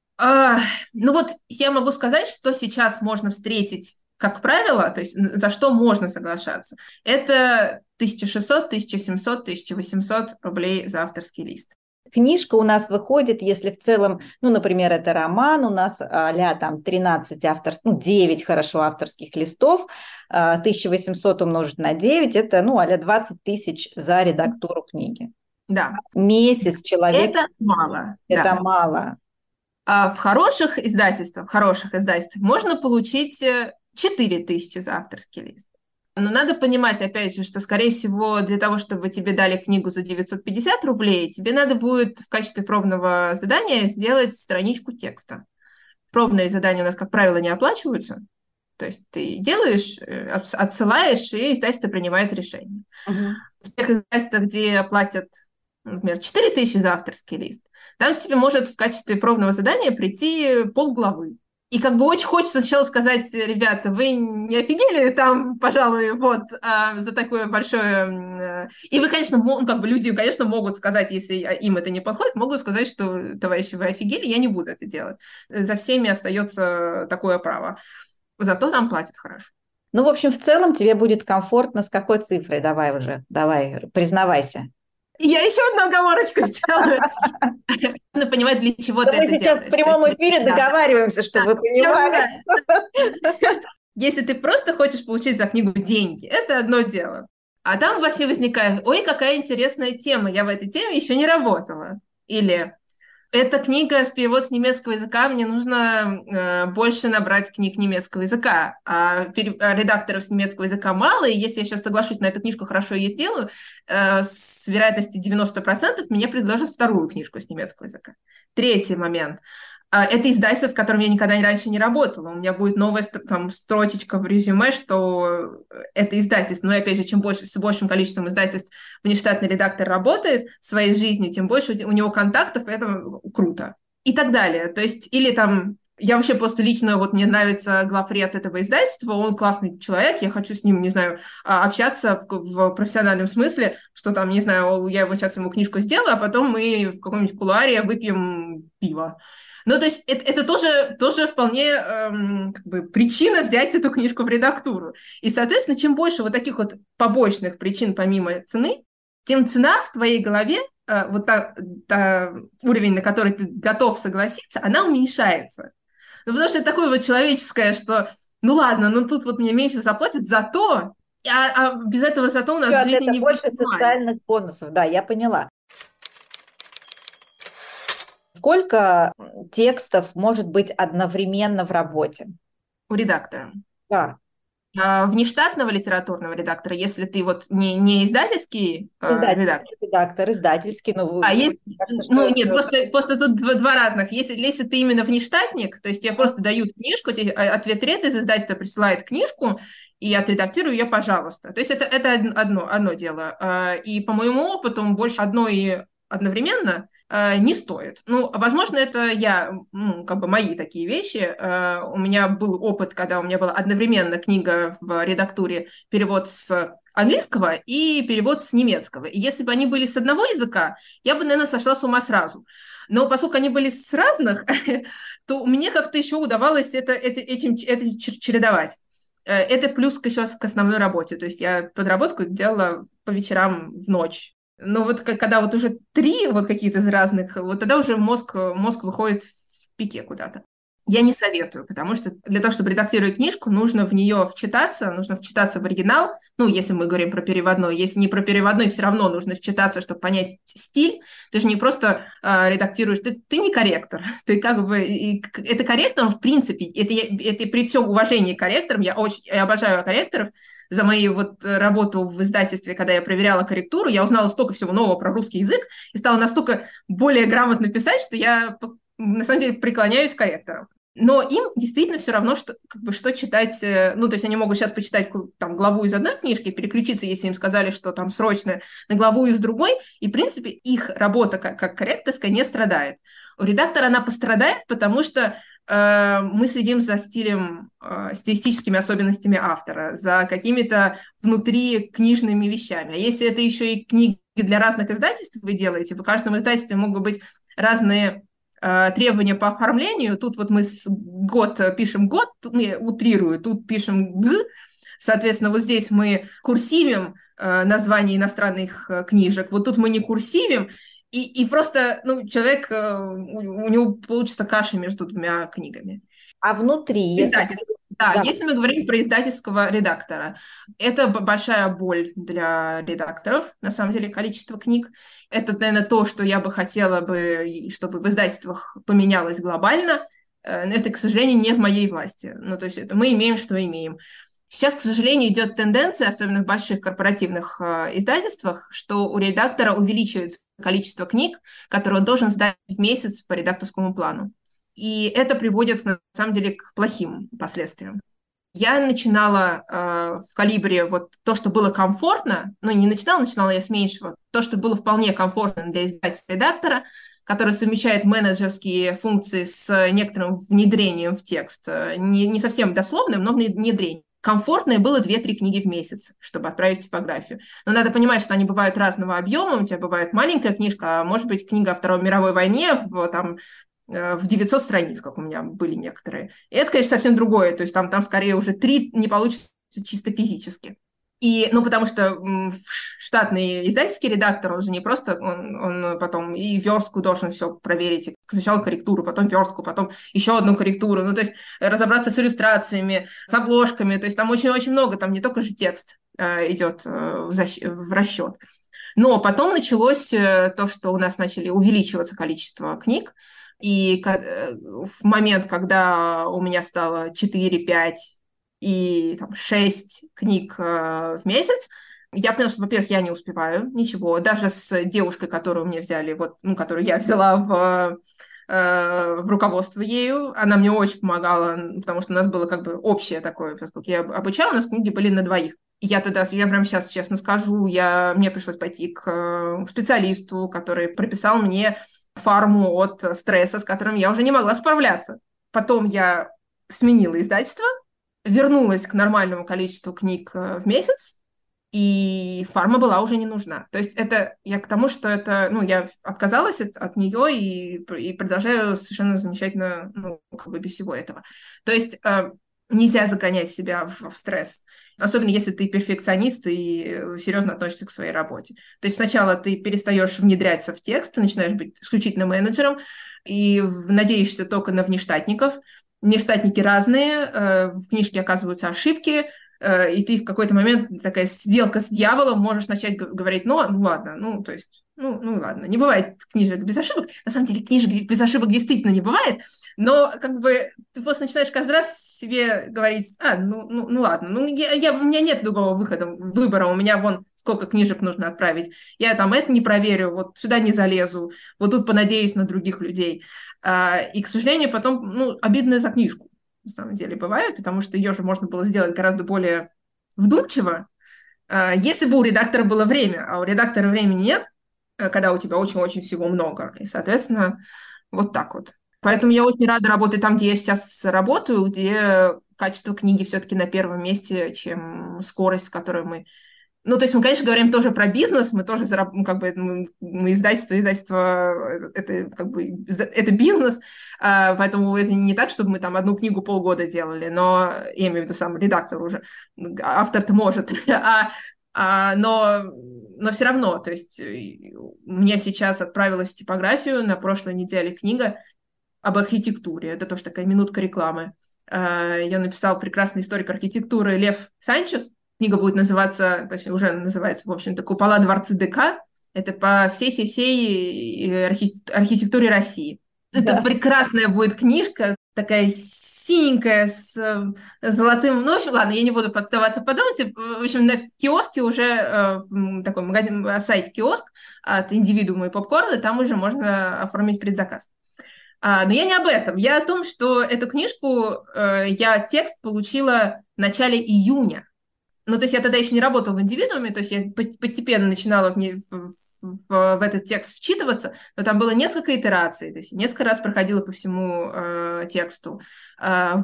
Я могу сказать, что сейчас можно встретить, как правило, то есть за что можно соглашаться. Это 1600, 1700, 1800 рублей за авторский лист.
Книжка у нас выходит, если в целом, например, это роман, у нас а-ля там 13 9 авторских листов, 1800 умножить на 9, это а-ля 20 тысяч за редактуру книги.
Да.
Месяц человек.
Это мало.
Это мало.
А в хороших издательствах можно получить 4000 за авторский лист. Но надо понимать, опять же, что, скорее всего, для того, чтобы тебе дали книгу за 950 рублей, тебе надо будет в качестве пробного задания сделать страничку текста. Пробные задания у нас, как правило, не оплачиваются. То есть ты делаешь, отсылаешь, и издательство принимает решение. В тех издательствах, где платят, например, 4000 за авторский лист, там тебе может в качестве пробного задания прийти полглавы. И очень хочется сначала сказать: ребята, вы не офигели там, пожалуй, за такое большое... И вы, конечно, люди, конечно, могут сказать, если им это не подходит, могут сказать, что, товарищи, вы офигели, я не буду это делать. За всеми остается такое право. Зато там платят хорошо.
В общем, в целом тебе будет комфортно. С какой цифрой? Давай, признавайся.
Я еще одну оговорочку сделаю. Нужно понимать, для чего ты это делаешь.
Мы сейчас в прямом эфире договариваемся, чтобы вы понимали.
Если ты просто хочешь получить за книгу деньги, это одно дело. А там вообще возникает: ой, какая интересная тема, я в этой теме еще не работала. Или: эта книга перевод с немецкого языка, мне нужно больше набрать книг немецкого языка, а редакторов с немецкого языка мало, и если я сейчас соглашусь на эту книжку, хорошо ее сделаю, с вероятностью 90% мне предложат вторую книжку с немецкого языка. Третий момент. Это издательство, с которым я никогда раньше не работала. У меня будет новая строчечка в резюме, что это издательство. Но, опять же, с большим количеством издательств внештатный редактор работает в своей жизни, тем больше у него контактов, и это круто. И так далее. То есть, или я вообще просто лично, мне нравится главред этого издательства, он классный человек, я хочу с ним, общаться в профессиональном смысле, что я его сейчас ему книжку сделаю, а потом мы в каком-нибудь кулуаре выпьем пиво. То есть это тоже вполне причина взять эту книжку в редактуру. И, соответственно, чем больше таких побочных причин помимо цены, тем цена в твоей голове, уровень, на который ты готов согласиться, она уменьшается. Потому что это такое человеческое, что ладно, тут мне меньше заплатят, зато, а без этого зато у нас в жизни не будет.
Больше социальных бонусов, да, я поняла. Сколько текстов может быть одновременно в работе?
У редактора?
Да.
Внештатного литературного редактора, если ты вот не издательский редактор.
Издательский редактор, издательский,
Есть,
кажется, что
ну
это...
нет, просто тут два разных. Если ты именно внештатник, то есть тебе просто дают книжку, тебе ответ-ред из издательства присылает книжку, и отредактирую ее, пожалуйста. То есть это одно дело. И по моему опыту больше одно и одновременно не стоит. Ну, возможно, это как бы мои такие вещи. У меня был опыт, когда у меня была одновременно книга в редактуре, перевод с английского и перевод с немецкого. И если бы они были с одного языка, я бы, наверное, сошла с ума сразу. Но поскольку они были с разных, то мне как-то еще удавалось этим чередовать. Это плюс еще к основной работе. То есть я подработку делала по вечерам в ночь. Но вот когда вот уже 3 вот какие-то из разных, вот тогда уже мозг выходит в пике куда-то. Я не советую, потому что для того, чтобы редактировать книжку, нужно в нее вчитаться, нужно вчитаться в оригинал. Ну, если мы говорим про переводной. Если не про переводной, все равно нужно вчитаться, чтобы понять стиль. Ты же не просто редактируешь, ты не корректор. Ты как бы... это корректор, в принципе, это при всем уважении к корректорам, я обожаю корректоров. За мою вот работу в издательстве, когда я проверяла корректуру, я узнала столько всего нового про русский язык и стала настолько более грамотно писать, что я на самом деле преклоняюсь к корректорам. Но им действительно все равно, что читать. Ну, то есть они могут сейчас почитать там, главу из одной книжки, переключиться, если им сказали, что там срочно, на главу из другой, и, в принципе, их работа как корректорская не страдает. У редактора она пострадает, потому что мы следим за стилем, стилистическими особенностями автора, за какими-то внутрикнижными вещами. А если это еще и книги для разных издательств вы делаете, в каждом издательстве могут быть разные требования по оформлению. Тут вот мы пишем год, тут я утрирую, тут пишем г. Соответственно, вот здесь мы курсивим название иностранных книжек, вот тут мы не курсивим, и просто человек, у него получится каша между двумя книгами.
А внутри...
Издательство. Да, если мы говорим про издательского редактора, это большая боль для редакторов, на самом деле, количество книг. Это, наверное, то, что я бы хотела бы, чтобы в издательствах поменялось глобально. Это, к сожалению, не в моей власти. Ну, то есть это мы имеем, что имеем. Сейчас, к сожалению, идет тенденция, особенно в больших корпоративных издательствах, что у редактора увеличивается количество книг, которые он должен сдать в месяц по редакторскому плану. И это приводит, на самом деле, к плохим последствиям. Я начинала в «Калибре» вот то, что было комфортно, начинала я с меньшего, то, что было вполне комфортно для издательства-редактора, который совмещает менеджерские функции с некоторым внедрением в текст, не совсем дословным, но внедрением. Комфортное было 2-3 книги в месяц, чтобы отправить в типографию. Но надо понимать, что они бывают разного объема. У тебя бывает маленькая книжка, а может быть книга о Второй мировой войне в 900 страниц, как у меня были некоторые. И это, конечно, совсем другое. То есть там скорее уже 3 не получится чисто физически. Потому что штатный издательский редактор, он же не просто, он потом и верстку должен все проверить. Сначала корректуру, потом верстку, потом еще одну корректуру. Ну, то есть разобраться с иллюстрациями, с обложками. То есть там очень-очень много, там не только же текст идет в расчет. Но потом началось то, что у нас начали увеличиваться количество книг. И в момент, когда у меня стало 4-5 и 6 книг в месяц, я поняла, что, во-первых, я не успеваю ничего. Даже с девушкой, которую мне взяли, которую я взяла в руководство ею, она мне очень помогала, потому что у нас было как бы общее такое, поскольку я обучала, у нас книги были на двоих. Я прямо сейчас честно скажу, мне пришлось пойти к специалисту, который прописал мне фарму от стресса, с которым я уже не могла справляться. Потом я сменила издательство, вернулась к нормальному количеству книг в месяц, и фарма была уже не нужна. То есть это я к тому, что я отказалась от нее и продолжаю совершенно замечательно, без всего этого. То есть нельзя загонять себя в стресс, особенно если ты перфекционист и серьезно относишься к своей работе. То есть сначала ты перестаешь внедряться в текст, ты начинаешь быть исключительно менеджером и надеешься только на внештатников. Внештатники разные, в книжке оказываются ошибки, и ты в какой-то момент, такая сделка с дьяволом, можешь начать говорить, ну ладно, ну, то есть, ну ладно, не бывает книжек без ошибок. На самом деле книжек без ошибок действительно не бывает, но как бы ты просто начинаешь каждый раз себе говорить, ну ладно, у меня нет другого выбора, у меня вон сколько книжек нужно отправить, я там это не проверю, вот сюда не залезу, вот тут понадеюсь на других людей. И, к сожалению, потом, обидно за книжку, на самом деле, бывает, потому что ее же можно было сделать гораздо более вдумчиво, если бы у редактора было время, а у редактора времени нет, когда у тебя очень-очень всего много. И, соответственно, вот так вот. Поэтому я очень рада работать там, где я сейчас работаю, где качество книги все-таки на первом месте, чем скорость, с которой мы... Ну, то есть мы, конечно, говорим тоже про бизнес, мы тоже, мы издательство, это как бы, это бизнес, поэтому это не так, чтобы мы там одну книгу полгода делали, но, я имею в виду сам редактор уже, автор-то может, но все равно, то есть у меня сейчас отправилась в типографию на прошлой неделе книга об архитектуре, это тоже такая минутка рекламы. Я написал прекрасный историк архитектуры Лев Санчес. Книга будет называться, точнее, уже называется, в общем-то, «Купола дворцы ДК». Это по всей архитектуре России. Да. Это прекрасная будет книжка, такая синенькая, с золотым... Ну, в общем, ладно, я не буду поддаваться в подробности. В общем, на киоске уже такой магазин, сайт-киоск от Индивидуума и Попкорна, там уже можно оформить предзаказ. Но я не об этом. Я о том, что эту книжку, я текст получила в начале июня. Ну, то есть я тогда еще не работала в Индивидууме, то есть я постепенно начинала в этот текст вчитываться, но там было несколько итераций, то есть несколько раз проходила по всему тексту в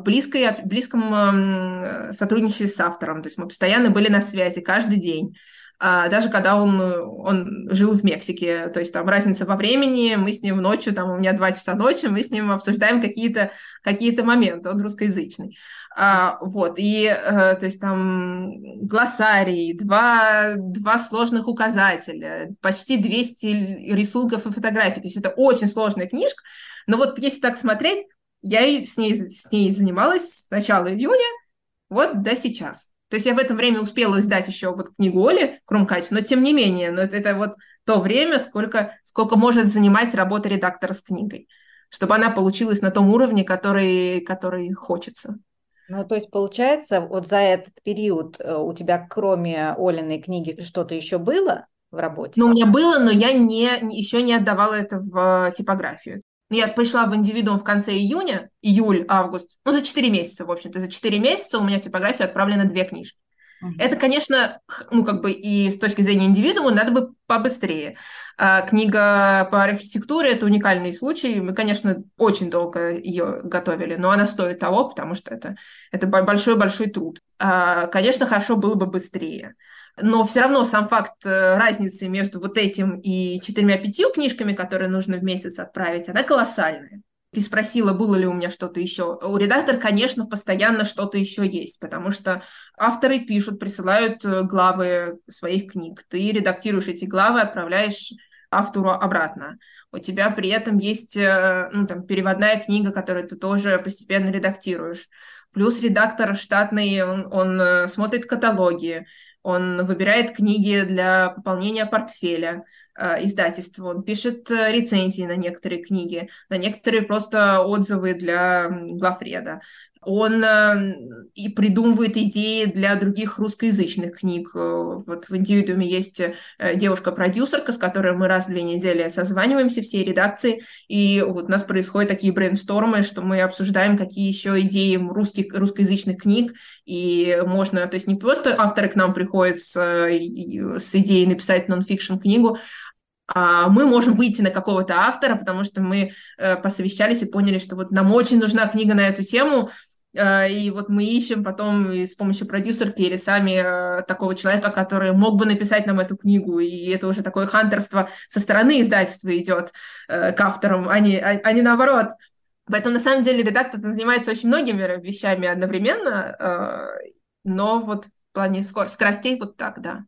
близком сотрудничестве с автором, то есть мы постоянно были на связи каждый день. Даже когда он жил в Мексике, то есть там разница во времени, мы с ним ночью, там у меня 2 часа ночи, мы с ним обсуждаем какие-то моменты, он русскоязычный. Вот, и то есть там глоссарий, два сложных указателя, почти 200 рисунков и фотографий, то есть это очень сложная книжка, но вот если так смотреть, я с ней занималась с начала июня, вот до сейчас. То есть я в это время успела издать еще вот книгу Оли Крумкач, но тем не менее, это вот то время, сколько может занимать работа редактора с книгой, чтобы она получилась на том уровне, который хочется.
Ну, то есть, получается, вот за этот период у тебя, кроме Олиной книги, что-то еще было в работе?
Ну, у меня было, но я еще не отдавала это в типографию. Я пришла в Индивидуум в конце июня, июль, август, за 4 месяца, в общем-то. За 4 месяца у меня в типографию отправлено 2 книжки. Это, конечно, и с точки зрения Индивидуума надо бы побыстрее. Книга по архитектуре – это уникальный случай. Мы, конечно, очень долго ее готовили, но она стоит того, потому что это большой-большой труд. Конечно, хорошо было бы быстрее. Но все равно сам факт разницы между вот этим и 4-5 книжками, которые нужно в месяц отправить, она колоссальная. Ты спросила, было ли у меня что-то еще. У редактора, конечно, постоянно что-то еще есть, потому что авторы пишут, присылают главы своих книг. Ты редактируешь эти главы, отправляешь автору обратно. У тебя при этом есть переводная книга, которую ты тоже постепенно редактируешь. Плюс редактор штатный, он смотрит каталоги, он выбирает книги для пополнения портфеля издательства, он пишет рецензии на некоторые книги, на некоторые просто отзывы для главреда. Он и придумывает идеи для других русскоязычных книг. Вот в Индивидууме есть девушка-продюсерка, с которой мы раз в 2 недели созваниваемся, всей редакции, и вот у нас происходят такие брейнстормы, что мы обсуждаем, какие еще идеи русскоязычных книг, и можно, то есть не просто авторы к нам приходят с идеей написать нон-фикшн книгу, а мы можем выйти на какого-то автора, потому что мы посовещались и поняли, что вот нам очень нужна книга на эту тему, и вот мы ищем потом с помощью продюсерки или сами такого человека, который мог бы написать нам эту книгу, и это уже такое хантерство со стороны издательства идет к авторам, а не наоборот. Поэтому на самом деле редактор занимается очень многими вещами одновременно, но вот в плане скоростей вот так, да.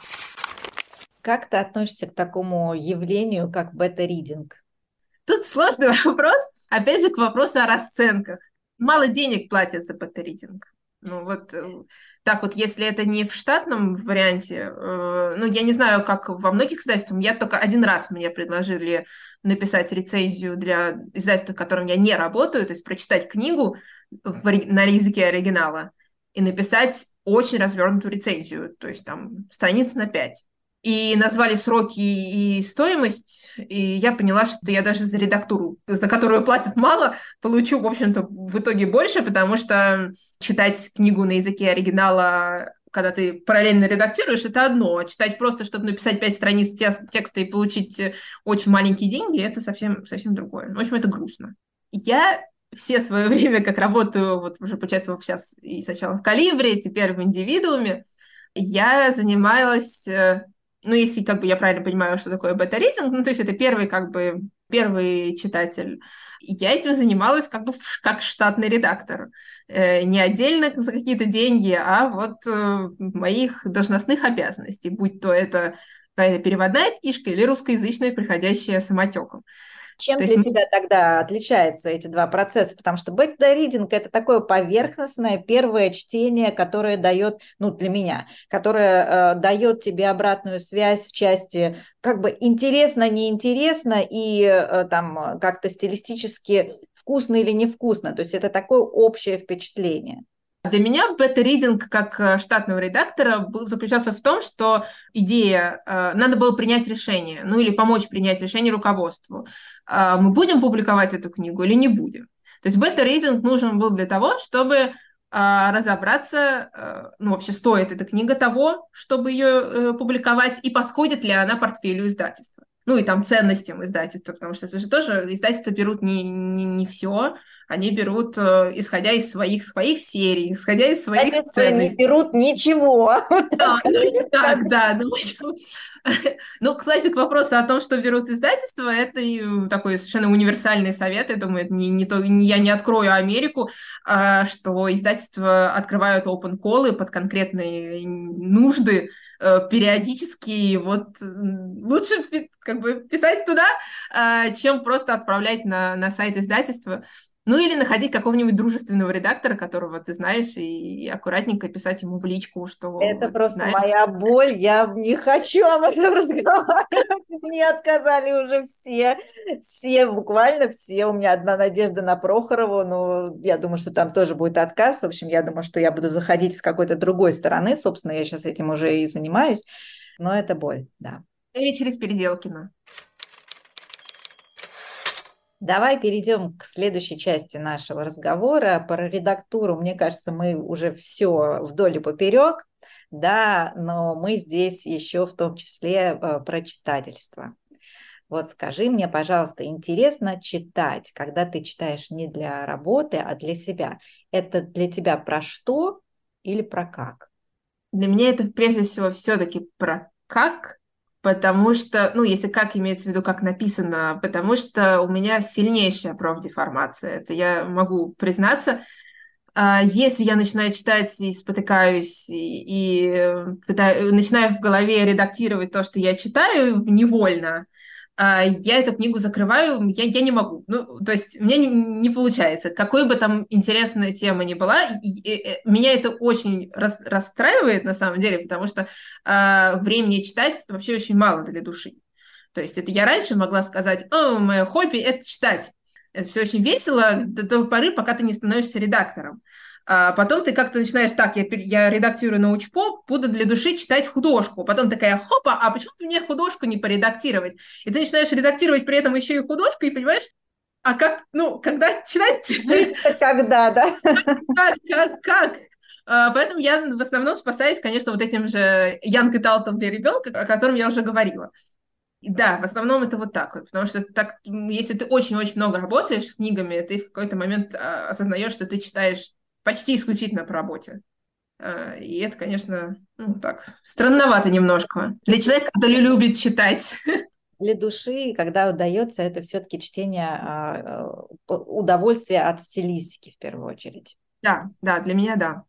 Как ты относишься к такому явлению, как бета-ридинг?
Тут сложный вопрос, опять же, к вопросу о расценках. Мало денег платят за бета-ридинг. Ну вот так вот, если это не в штатном варианте, ну я не знаю, как во многих издательствах, я только один раз мне предложили написать рецензию для издательства, в котором я не работаю, то есть прочитать книгу на языке оригинала и написать очень развернутую рецензию, то есть там страниц на 5. И назвали сроки и стоимость, и я поняла, что я даже за редактуру, за которую платят мало, получу, в общем-то, в итоге больше, потому что читать книгу на языке оригинала, когда ты параллельно редактируешь, это одно. А читать просто, чтобы написать 5 страниц текста и получить очень маленькие деньги, это совсем, совсем другое. В общем, это грустно. Я все свое время, как работаю, вот уже, получается, сейчас и сначала в «Калибре», теперь в «Индивидууме», я занималась, ну, если как бы я правильно понимаю, что такое бета-рейтинг, ну, то есть это первый читатель. Я этим занималась как бы как штатный редактор. Не отдельно за какие-то деньги, а вот моих должностных обязанностей, будь то это какая-то переводная книжка или русскоязычная, приходящая самотеком.
Чем
То
для
есть
тебя тогда отличаются эти два процесса? Потому что бета-ридинг – это такое поверхностное первое чтение, которое дает, ну, для меня, которое дает тебе обратную связь в части как бы интересно, неинтересно и там как-то стилистически вкусно или невкусно. То есть это такое общее впечатление.
для меня бета-ридинг как штатного редактора заключался в том, что идея, надо было принять решение, ну или помочь принять решение руководству. Мы будем публиковать эту книгу или не будем? То есть бета-ридинг нужен был для того, чтобы разобраться, ну вообще стоит эта книга того, чтобы ее публиковать, и подходит ли она портфелю издательства. Ну и там ценностям издательства, потому что это же тоже издательства берут не все, они берут, исходя из своих серий, исходя из своих
Издательства не
ценностей.
берут ничего.
Да, ну, так, да. Ну, в общем, ну, кстати, к вопросу о том, что берут издательства, это такой совершенно универсальный совет. Я думаю, это я не открою Америку, что издательства открывают open call под конкретные нужды периодически. Вот лучше как бы писать туда, чем просто отправлять на сайт издательства. Ну, или находить какого-нибудь дружественного редактора, которого ты знаешь, и аккуратненько писать ему в личку, что
Это
вот,
просто
знаешь.
моя боль, я не хочу об этом разговаривать, мне отказали уже все, буквально все, у меня одна надежда на Прохорову, но я думаю, что там тоже будет отказ, в общем, я думаю, что я буду заходить с какой-то другой стороны, собственно, я сейчас этим уже и занимаюсь, но это боль, да.
Или через Переделкина.
Давай перейдем к следующей части нашего разговора. Про редактуру, мне кажется, мы уже все вдоль и поперек, да, но мы здесь еще в том числе про читательство. Вот скажи мне, пожалуйста, интересно читать, когда ты читаешь не для работы, а для себя. Это для тебя про что или про как?
Для меня это прежде всего все-таки про как, потому что, ну, если как имеется в виду, как написано, потому что у меня сильнейшая профдеформация, это я могу признаться. Если я начинаю читать и спотыкаюсь, начинаю в голове редактировать то, что я читаю невольно, я эту книгу закрываю, я не могу. Ну, то есть у меня не получается. Какой бы там интересная тема ни была, меня это очень расстраивает на самом деле, потому что времени читать вообще очень мало для души. То есть это я раньше могла сказать, мое хобби – это читать. Это все очень весело до той поры, пока ты не становишься редактором. А потом ты как-то начинаешь, так, я редактирую научпоп, буду для души читать художку. Потом такая, хопа, а почему бы мне художку не поредактировать? И ты начинаешь редактировать при этом еще и художку, и понимаешь, а как, ну, когда читать?
Когда, да?
Как? Поэтому я в основном спасаюсь, конечно, вот этим же Young Adult для ребенка, о котором я уже говорила. Да, в основном это вот так вот, потому что так, если ты очень-очень много работаешь с книгами, ты в какой-то момент осознаешь, что ты читаешь почти исключительно по работе. И это, конечно, ну так, странновато немножко. Для человека, который любит читать.
Для души, когда удается, это все-таки чтение удовольствия от стилистики в первую очередь.
Да, для меня да.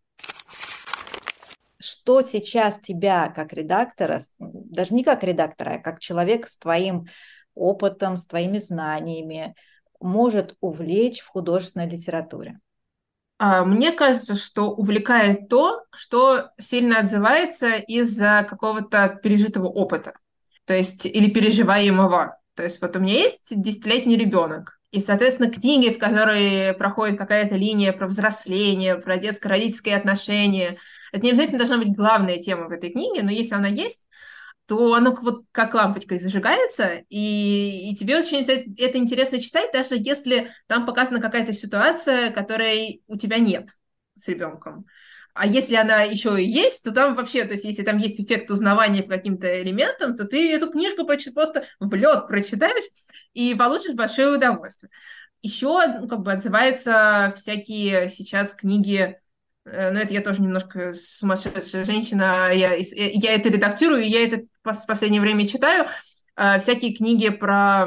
Что сейчас тебя как редактора, даже не как редактора, а как человек с твоим опытом, с твоими знаниями, может увлечь в художественной литературе?
Мне кажется, что увлекает то, что сильно отзывается из-за какого-то пережитого опыта, то есть или переживаемого. То есть вот у меня есть 10-летний ребенок, и, соответственно, книги, в которые проходит какая-то линия про взросление, про детско-родительские отношения, это не обязательно должна быть главная тема в этой книге, но если она есть, то оно вот как лампочкой зажигается, и тебе очень это интересно читать, даже если там показана какая-то ситуация, которой у тебя нет с ребенком. А если она еще и есть, то там вообще, то есть если там есть эффект узнавания по каким-то элементам, то ты эту книжку просто в лед прочитаешь и получишь большое удовольствие. Еще как бы отзываются всякие сейчас книги, но это я тоже немножко сумасшедшая женщина, я это редактирую, и я это в последнее время читаю, всякие книги про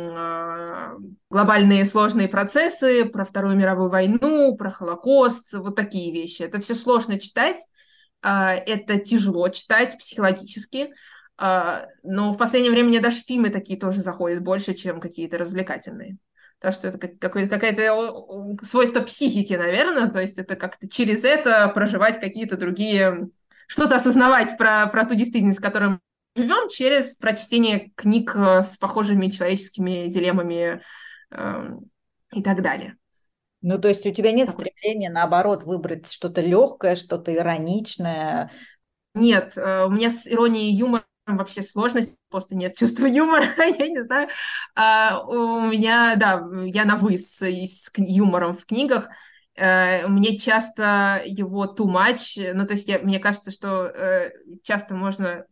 глобальные сложные процессы, про Вторую мировую войну, про Холокост, вот такие вещи. Это все сложно читать, это тяжело читать психологически, но в последнее время мне даже фильмы такие тоже заходят больше, чем какие-то развлекательные. Так что это какое-то свойство психики, наверное, то есть это как-то через это проживать какие-то другие, что-то осознавать про ту действительность, в которой мы живем, через прочтение книг с похожими человеческими дилеммами и так далее.
Ну, то есть у тебя нет стремления, наоборот, выбрать что-то легкое, что-то ироничное?
Нет, у меня с иронией и юмором вообще сложность, просто нет чувства юмора, я не знаю. У меня, да, я на «вы» с юмором в книгах. Мне часто его too much, ну, то есть мне кажется, что часто можно,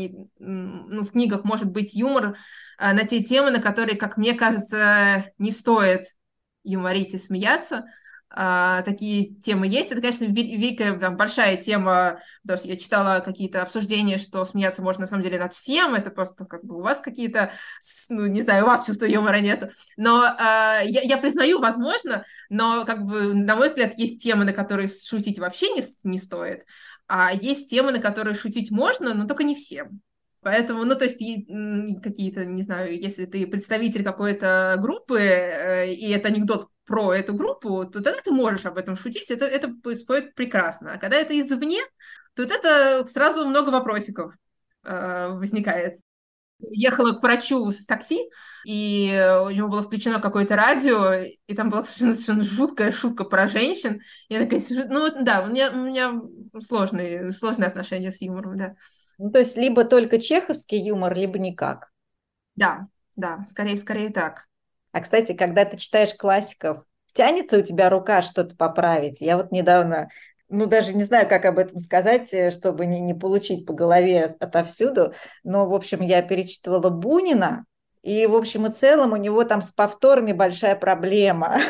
в книгах может быть юмор на те темы, на которые, как мне кажется, не стоит юморить и смеяться. Такие темы есть. Это, конечно, великая, там, большая тема, потому что я читала какие-то обсуждения, что смеяться можно, на самом деле, над всем. Это просто как бы у вас какие-то, ну, не знаю, у вас чувства юмора нет. Но я признаю, возможно, но, как бы, на мой взгляд, есть темы, на которые шутить вообще не стоит, а есть темы, на которые шутить можно, но только не всем. Поэтому, ну, то есть какие-то, не знаю, если ты представитель какой-то группы, и это анекдот про эту группу, то тогда ты можешь об этом шутить, это происходит прекрасно. А когда это извне, то вот это сразу много вопросиков возникает. Ехала к врачу в такси, и у него было включено какое-то радио, и там была совершенно жуткая шутка про женщин. Я такая сижу, ну, да, у меня сложные отношения с юмором, да.
Ну, то есть либо только чеховский юмор, либо никак.
Да, скорее так.
А, кстати, когда ты читаешь классиков, тянется у тебя рука что-то поправить? Я вот недавно, ну, даже не знаю, как об этом сказать, чтобы не получить по голове отовсюду, но, в общем, я перечитывала Бунина, и, в общем и целом, у него там с повторами большая проблема.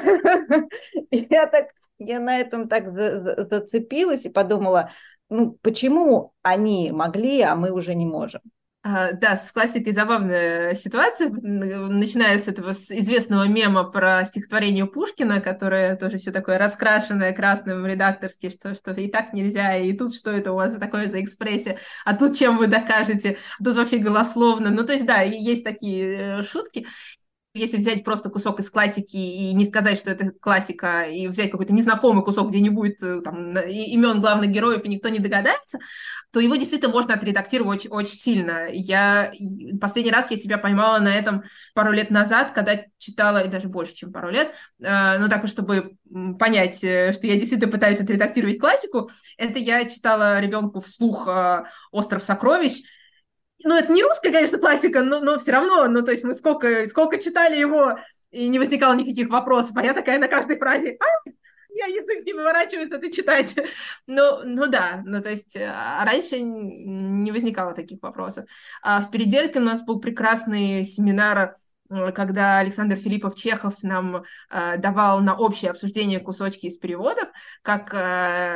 Я на этом так зацепилась и подумала, ну, почему они могли, а мы уже не можем?
Да, с классикой забавная ситуация, начиная с этого известного мема про стихотворение Пушкина, которое тоже все такое раскрашенное красным редакторски, что и так нельзя, и тут что это у вас за такое за экспрессия, а тут чем вы докажете, а тут вообще голословно. Ну, то есть, да, есть такие шутки. Если взять просто кусок из классики и не сказать, что это классика, и взять какой-то незнакомый кусок, где не будет там, имен главных героев, и никто не догадается, то его действительно можно отредактировать очень, очень сильно. Последний раз я себя поймала на этом пару лет назад, когда читала, и даже больше, чем пару лет, но так, чтобы понять, что я действительно пытаюсь отредактировать классику, это я читала ребенку вслух «Остров сокровищ». Ну, это не русская, конечно, классика, но все равно, ну, то есть мы сколько читали его, и не возникало никаких вопросов, а я такая на каждой фразе, я язык не выворачивается, это читать. Ну да, ну то есть раньше не возникало таких вопросов. В Переделке у нас был прекрасный семинар, когда Александр Филиппов-Чехов нам давал на общее обсуждение кусочки из переводов, как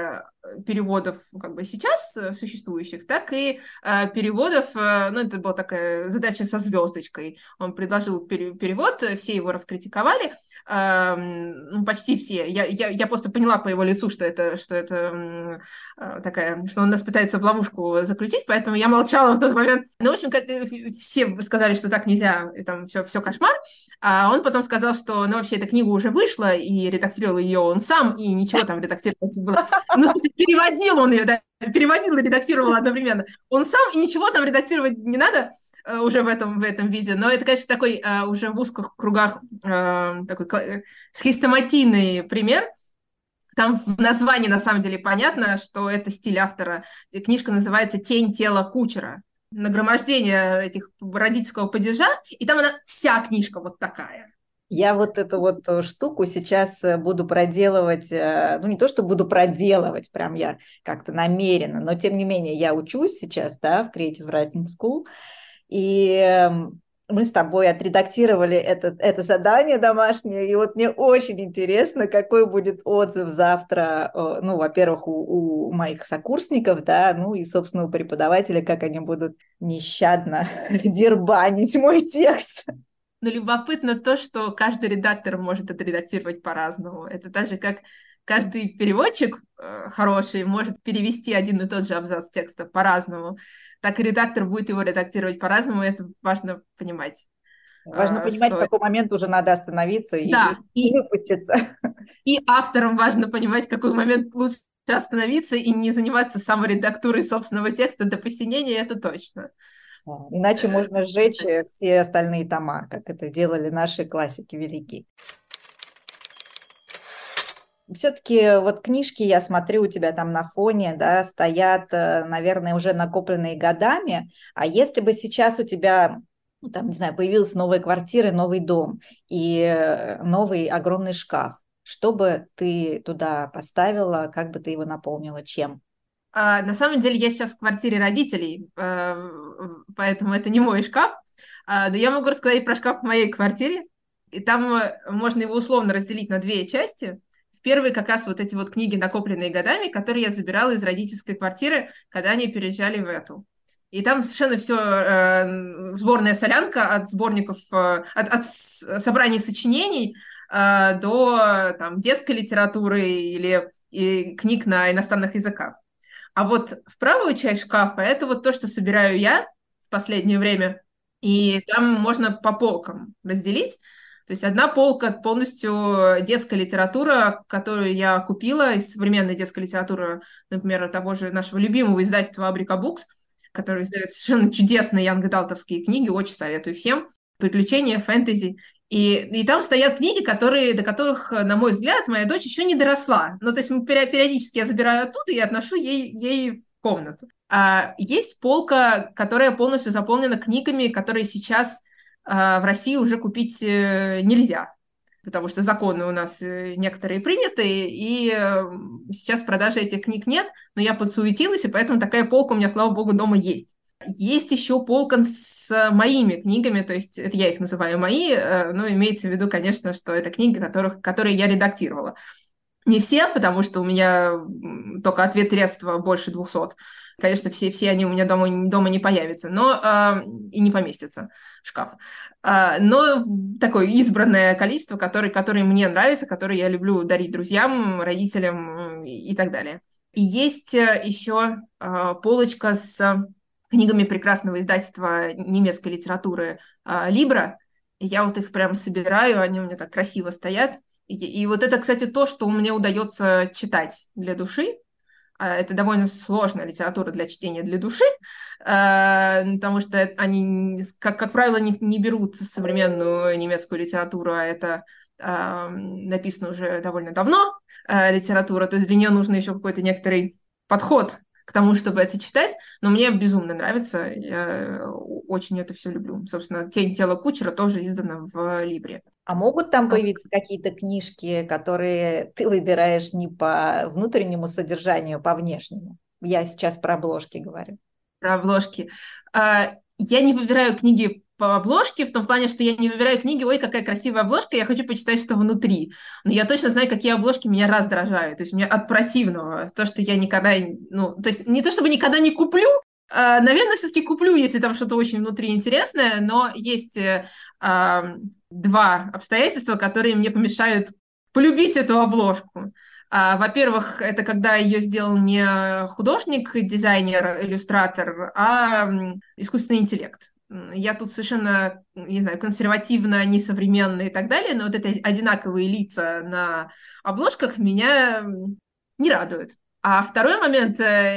переводов как бы сейчас существующих, так и переводов, ну, это была такая задача со звездочкой. Он предложил перевод, все его раскритиковали, ну, почти все. Я просто поняла по его лицу, что это такая, что он нас пытается в ловушку заключить, поэтому я молчала в тот момент. Ну, в общем, как все сказали, что так нельзя, и там все кошмар. А он потом сказал, что, ну, вообще, эта книга уже вышла, и редактировал ее он сам, и ничего там редактировать было. Ну, в смысле, переводил он ее, да, переводил и редактировал одновременно. Он сам, и ничего там редактировать не надо уже в этом виде. Но это, конечно, такой уже в узких кругах такой хрестоматийный пример. Там в названии, на самом деле, понятно, что это стиль автора. Книжка называется «Тень тела кучера». Нагромождение этих родительского падежа, и там она вся книжка вот такая.
Я вот эту вот штуку сейчас буду проделывать, ну не то, что буду проделывать, прям я как-то намеренно, но тем не менее я учусь сейчас, да, в Creative Writing School, и мы с тобой отредактировали это задание домашнее, и вот мне очень интересно, какой будет отзыв завтра, ну, во-первых, у моих сокурсников, да, ну и, собственно, у преподавателя, как они будут нещадно дербанить мой текст.
Но любопытно то, что каждый редактор может отредактировать по-разному. Это так же, как каждый переводчик хороший может перевести один и тот же абзац текста по-разному, так и редактор будет его редактировать по-разному, и это важно понимать.
Важно понимать, в какой момент уже надо остановиться и выпуститься.
И авторам важно понимать, в какой момент лучше остановиться и не заниматься саморедактурой собственного текста до посинения, это точно.
Иначе можно сжечь все остальные тома, как это делали наши классики великие. Все-таки вот книжки, я смотрю, у тебя там на фоне, да, стоят, наверное, уже накопленные годами. А если бы сейчас у тебя, там, не знаю, появилась новая квартира, новый дом и новый огромный шкаф, что бы ты туда поставила, как бы ты его наполнила, чем?
На самом деле я сейчас в квартире родителей, поэтому это не мой шкаф. Но я могу рассказать про шкаф в моей квартире. И там можно его условно разделить на две части. В первой как раз вот эти вот книги, накопленные годами, которые я забирала из родительской квартиры, когда они переезжали в эту. И там совершенно все сборная солянка от сборников, от собраний сочинений до там, детской литературы или книг на иностранных языках. А вот в правую часть шкафа это вот то, что собираю я в последнее время. И там можно по полкам разделить. То есть одна полка полностью детская литература, которую я купила из современной детской литературы, например, того же нашего любимого издательства Абрика Букс, который издает совершенно чудесные янг-адалтовские книги, очень советую всем. Приключения, фэнтези. И там стоят книги, до которых, на мой взгляд, моя дочь еще не доросла. Ну, то есть периодически я забираю оттуда и отношу ей в комнату. А есть полка, которая полностью заполнена книгами, которые сейчас в России уже купить нельзя, потому что законы у нас некоторые приняты, и сейчас продажи этих книг нет, но я подсуетилась, и поэтому такая полка у меня, слава богу, дома есть. Есть еще полка с моими книгами, то есть это я их называю мои, но имеется в виду, конечно, что это книги, которые я редактировала. Не все, потому что у меня только ответ-средства больше 200. Конечно, все они у меня дома не появятся, но и не поместятся в шкаф. Но такое избранное количество, которые мне нравятся, которые я люблю дарить друзьям, родителям и так далее. И есть еще полочка с книгами прекрасного издательства немецкой литературы «Либра». Я вот их прям собираю, они у меня так красиво стоят. И вот это, кстати, то, что мне удается читать для души. Это довольно сложная литература для чтения для души, потому что они, как правило, не берут современную немецкую литературу, а это написано уже довольно давно литература, то есть для нее нужно еще какой-то некоторый подход к тому, чтобы это читать, но мне безумно нравится, я очень это все люблю. Собственно, «Тень тела кучера» тоже издана в Либре.
А могут там появиться какие-то книжки, которые ты выбираешь не по внутреннему содержанию, а по внешнему? Я сейчас про обложки говорю.
Про обложки. Я не выбираю книги по обложке, в том плане, что я не выбираю книги, ой, какая красивая обложка, я хочу почитать, что внутри. Но я точно знаю, какие обложки меня раздражают. То есть у меня от противного. То, что я никогда... Ну, то есть не то, чтобы никогда не куплю, наверное, все-таки куплю, если там что-то очень внутри интересное, но есть два обстоятельства, которые мне помешают полюбить эту обложку. Во-первых, это когда ее сделал не художник, дизайнер, иллюстратор, а искусственный интеллект. Я тут совершенно, не знаю, консервативно, несовременно и так далее, но вот эти одинаковые лица на обложках меня не радуют. А второй момент,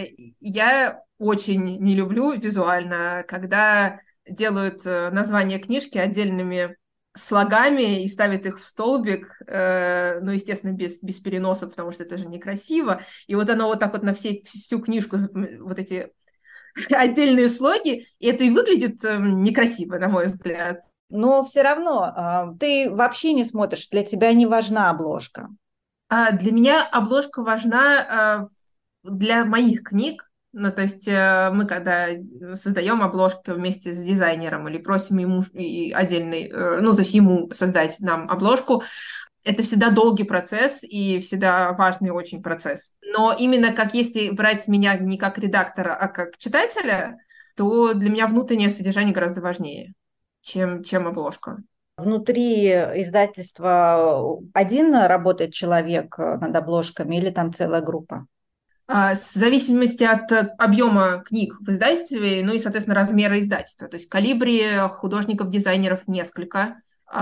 я очень не люблю визуально, когда делают названия книжки отдельными слогами и ставят их в столбик, ну, естественно, без переноса, потому что это же некрасиво. И вот оно вот так вот на всю книжку, вот эти отдельные слоги, и это и выглядит некрасиво, на мой взгляд.
Но все равно ты вообще не смотришь, для тебя не важна обложка.
Для меня обложка важна для моих книг. Ну, то есть мы, когда создаем обложки вместе с дизайнером или просим ему отдельный, ну, то есть ему создать нам обложку, это всегда долгий процесс и всегда важный очень процесс. Но именно как если брать меня не как редактора, а как читателя, то для меня внутреннее содержание гораздо важнее, чем обложка.
Внутри издательства один работает человек над обложками или там целая группа?
В зависимости от объема книг в издательстве, ну и, соответственно, размера издательства. То есть в «Калибре» художников, дизайнеров несколько,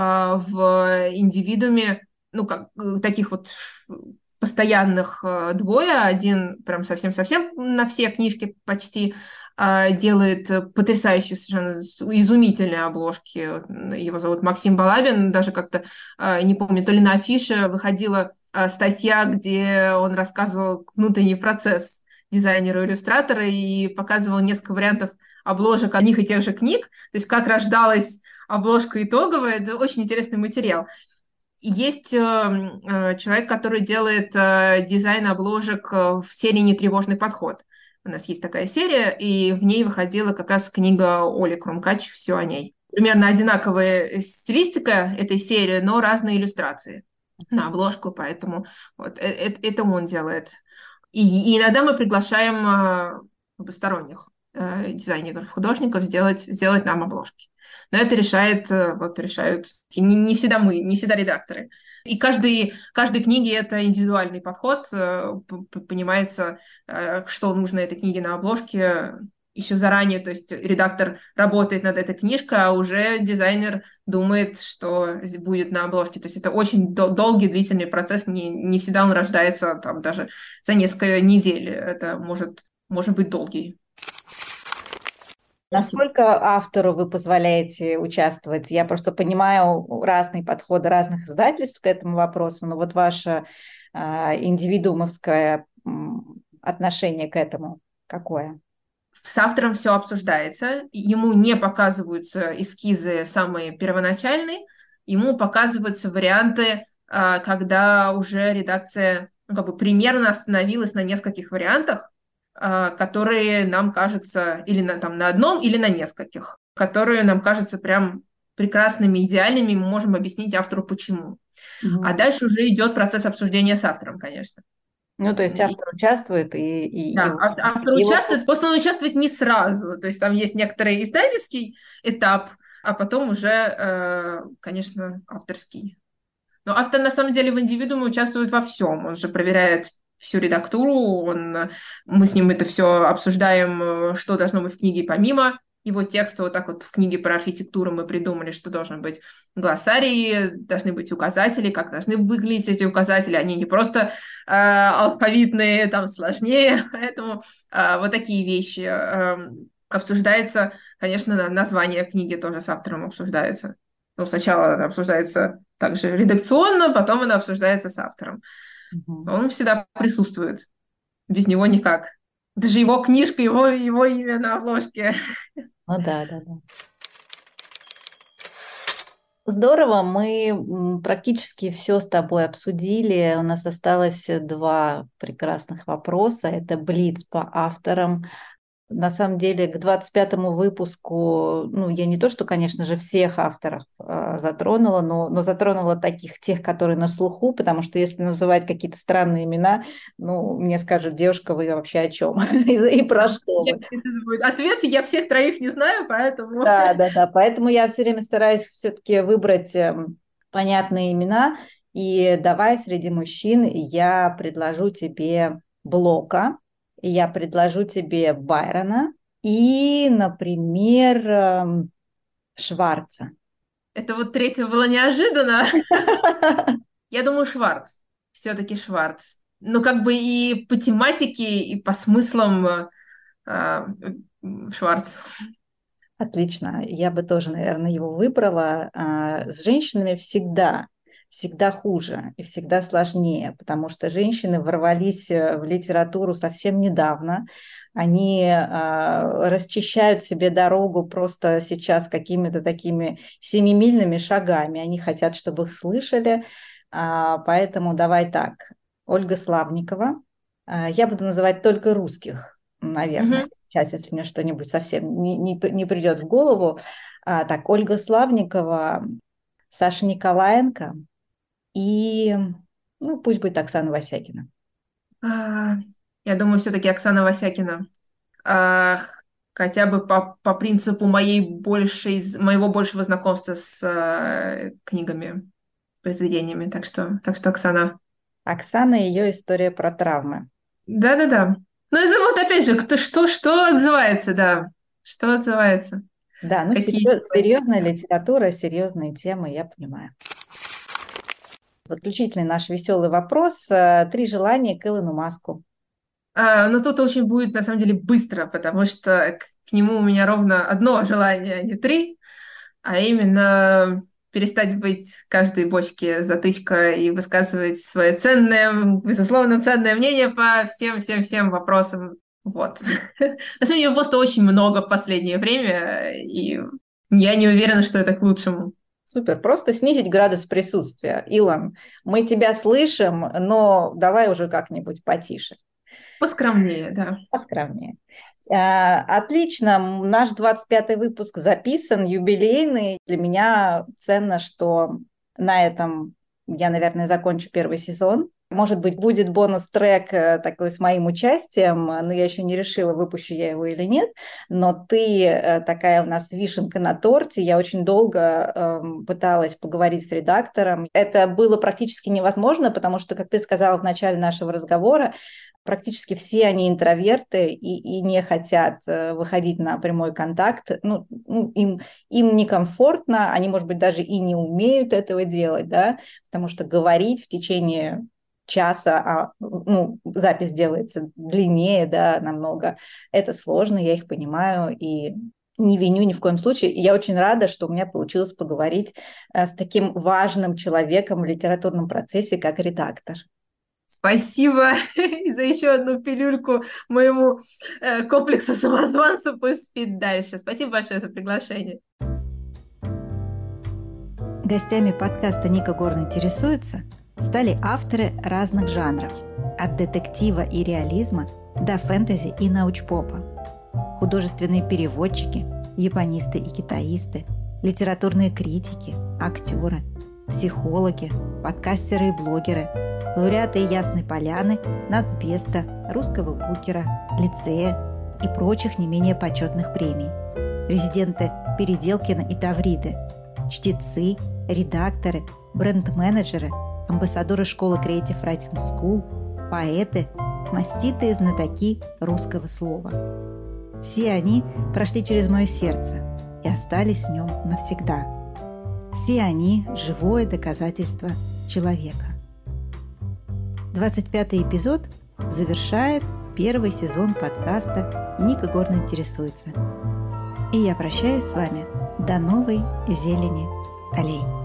в «Индивидууме», ну, как таких вот постоянных двое, один прям совсем-совсем на все книжки почти делает потрясающие, совершенно изумительные обложки. Его зовут Максим Балабин, даже как-то, не помню, то ли на афише выходила статья, где он рассказывал внутренний процесс дизайнера-иллюстратора и показывал несколько вариантов обложек одних и тех же книг, то есть как рождалась обложка итоговая. Это очень интересный материал. Есть человек, который делает дизайн обложек в серии «Нетревожный подход». У нас есть такая серия, и в ней выходила как раз книга Оли Крумкач «Все о ней». Примерно одинаковая стилистика этой серии, но разные иллюстрации на обложку, поэтому вот, это он делает. И иногда мы приглашаем сторонних дизайнеров, художников сделать нам обложки. Но это решают не всегда мы, не всегда редакторы. И каждой книге это индивидуальный подход, понимается, что нужно этой книге на обложке еще заранее, то есть редактор работает над этой книжкой, а уже дизайнер думает, что будет на обложке. То есть это очень долгий, длительный процесс, не всегда он рождается там даже за несколько недель. Это может быть долгий.
Насколько автору вы позволяете участвовать? Я просто понимаю разные подходы разных издательств к этому вопросу, но вот ваше индивидуумовское отношение к этому какое?
С автором все обсуждается, ему не показываются эскизы самые первоначальные, ему показываются варианты, когда уже редакция как бы примерно остановилась на нескольких вариантах, которые нам кажутся или на одном, или на нескольких, которые нам кажутся прям прекрасными, идеальными, мы можем объяснить автору почему. А дальше уже идет процесс обсуждения с автором, конечно.
Ну, то есть автор участвует
Да, автор участвует, просто он участвует не сразу, то есть там есть некоторый издательский этап, а потом уже, конечно, авторский. Но автор, на самом деле, в индивидууме участвует во всем, он же проверяет всю редактуру, мы с ним это все обсуждаем, что должно быть в книге помимо его текста. Вот так вот в книге про архитектуру мы придумали, что должен быть глоссарий, должны быть указатели, как должны выглядеть эти указатели. Они не просто алфавитные, там сложнее, поэтому вот такие вещи обсуждается. Конечно, название книги тоже с автором обсуждается. Ну, сначала она обсуждается также редакционно, потом она обсуждается с автором. Он всегда присутствует. Без него никак. Это же его книжка, его имя на обложке.
Ну да. Здорово, мы практически все с тобой обсудили. У нас осталось 2 прекрасных вопроса. Это блиц по авторам. На самом деле, к 25-му выпуску, я не то, что, конечно же, всех авторов затронула, но затронула тех, которые на слуху, потому что если называть какие-то странные имена, мне скажут: девушка, вы вообще о чем? И про что вы?
Ответ: я всех троих не знаю, поэтому...
Да. Поэтому я все время стараюсь все-таки выбрать понятные имена. И давай среди мужчин я предложу тебе Блока, и я предложу тебе Байрона и, например, Шварца.
Это вот третье было неожиданно. Я думаю, Шварц. Все-таки Шварц. Как бы и по тематике, и по смыслам Шварц.
Отлично. Я бы тоже, наверное, его выбрала. С женщинами всегда хуже и всегда сложнее, потому что женщины ворвались в литературу совсем недавно. Они расчищают себе дорогу просто сейчас какими-то такими семимильными шагами. Они хотят, чтобы их слышали. Поэтому давай так. Ольга Славникова. Я буду называть только русских, наверное. Сейчас, если мне что-нибудь совсем не придет в голову. Так, Ольга Славникова, Саша Николаенко и, пусть будет Оксана Васякина.
Я думаю, все-таки Оксана Васякина. Хотя бы по принципу моего большего знакомства с книгами, произведениями. Так что Оксана.
Оксана и ее история про травмы.
Да. Это вот опять же, что отзывается, да. Что отзывается.
Да, серьезная литература, серьезные темы, я понимаю. Заключительный наш веселый вопрос. 3 желания к Илону Маску.
Но тут очень будет, на самом деле, быстро, потому что к нему у меня ровно одно желание, а не 3, а именно перестать быть каждой бочке затычкой и высказывать свое ценное, безусловно, ценное мнение по всем вопросам. Вот. На самом деле, просто очень много в последнее время, и я не уверена, что это к лучшему.
Супер, просто снизить градус присутствия. Илон, мы тебя слышим, но давай уже как-нибудь потише.
Поскромнее, да.
Поскромнее. Отлично, наш 25-й выпуск записан, юбилейный. Для меня ценно, что на этом я, наверное, закончу 1-й сезон. Может быть, будет бонус-трек такой с моим участием, но я еще не решила, выпущу я его или нет. Но ты такая у нас вишенка на торте. Я очень долго пыталась поговорить с редактором. Это было практически невозможно, потому что, как ты сказала в начале нашего разговора, практически все они интроверты и не хотят выходить на прямой контакт. Им некомфортно, они, может быть, даже и не умеют этого делать, да, потому что говорить в течение часа, запись делается длиннее, да, намного. Это сложно, я их понимаю и не виню ни в коем случае. И я очень рада, что у меня получилось поговорить с таким важным человеком в литературном процессе, как редактор.
Спасибо за еще одну пилюльку моему комплексу самозванца. Пусть спит дальше. Спасибо большое за приглашение.
Гостями подкаста «Ника Горн интересуется» стали авторы разных жанров, от детектива и реализма до фэнтези и научпопа, художественные переводчики, японисты и китаисты, литературные критики, актеры, психологи, подкастеры и блогеры, лауреаты Ясной Поляны, Нацбеста, Русского Букера, Лицея и прочих не менее почетных премий, резиденты Переделкина и Тавриды, чтецы, редакторы, бренд-менеджеры, амбассадоры школы Creative Writing School, поэты, маститые знатоки русского слова. Все они прошли через мое сердце и остались в нем навсегда. Все они – живое доказательство человека. 25-й эпизод завершает 1-й сезон подкаста «Ника Горн интересуется». И я прощаюсь с вами до новой зелени аллей.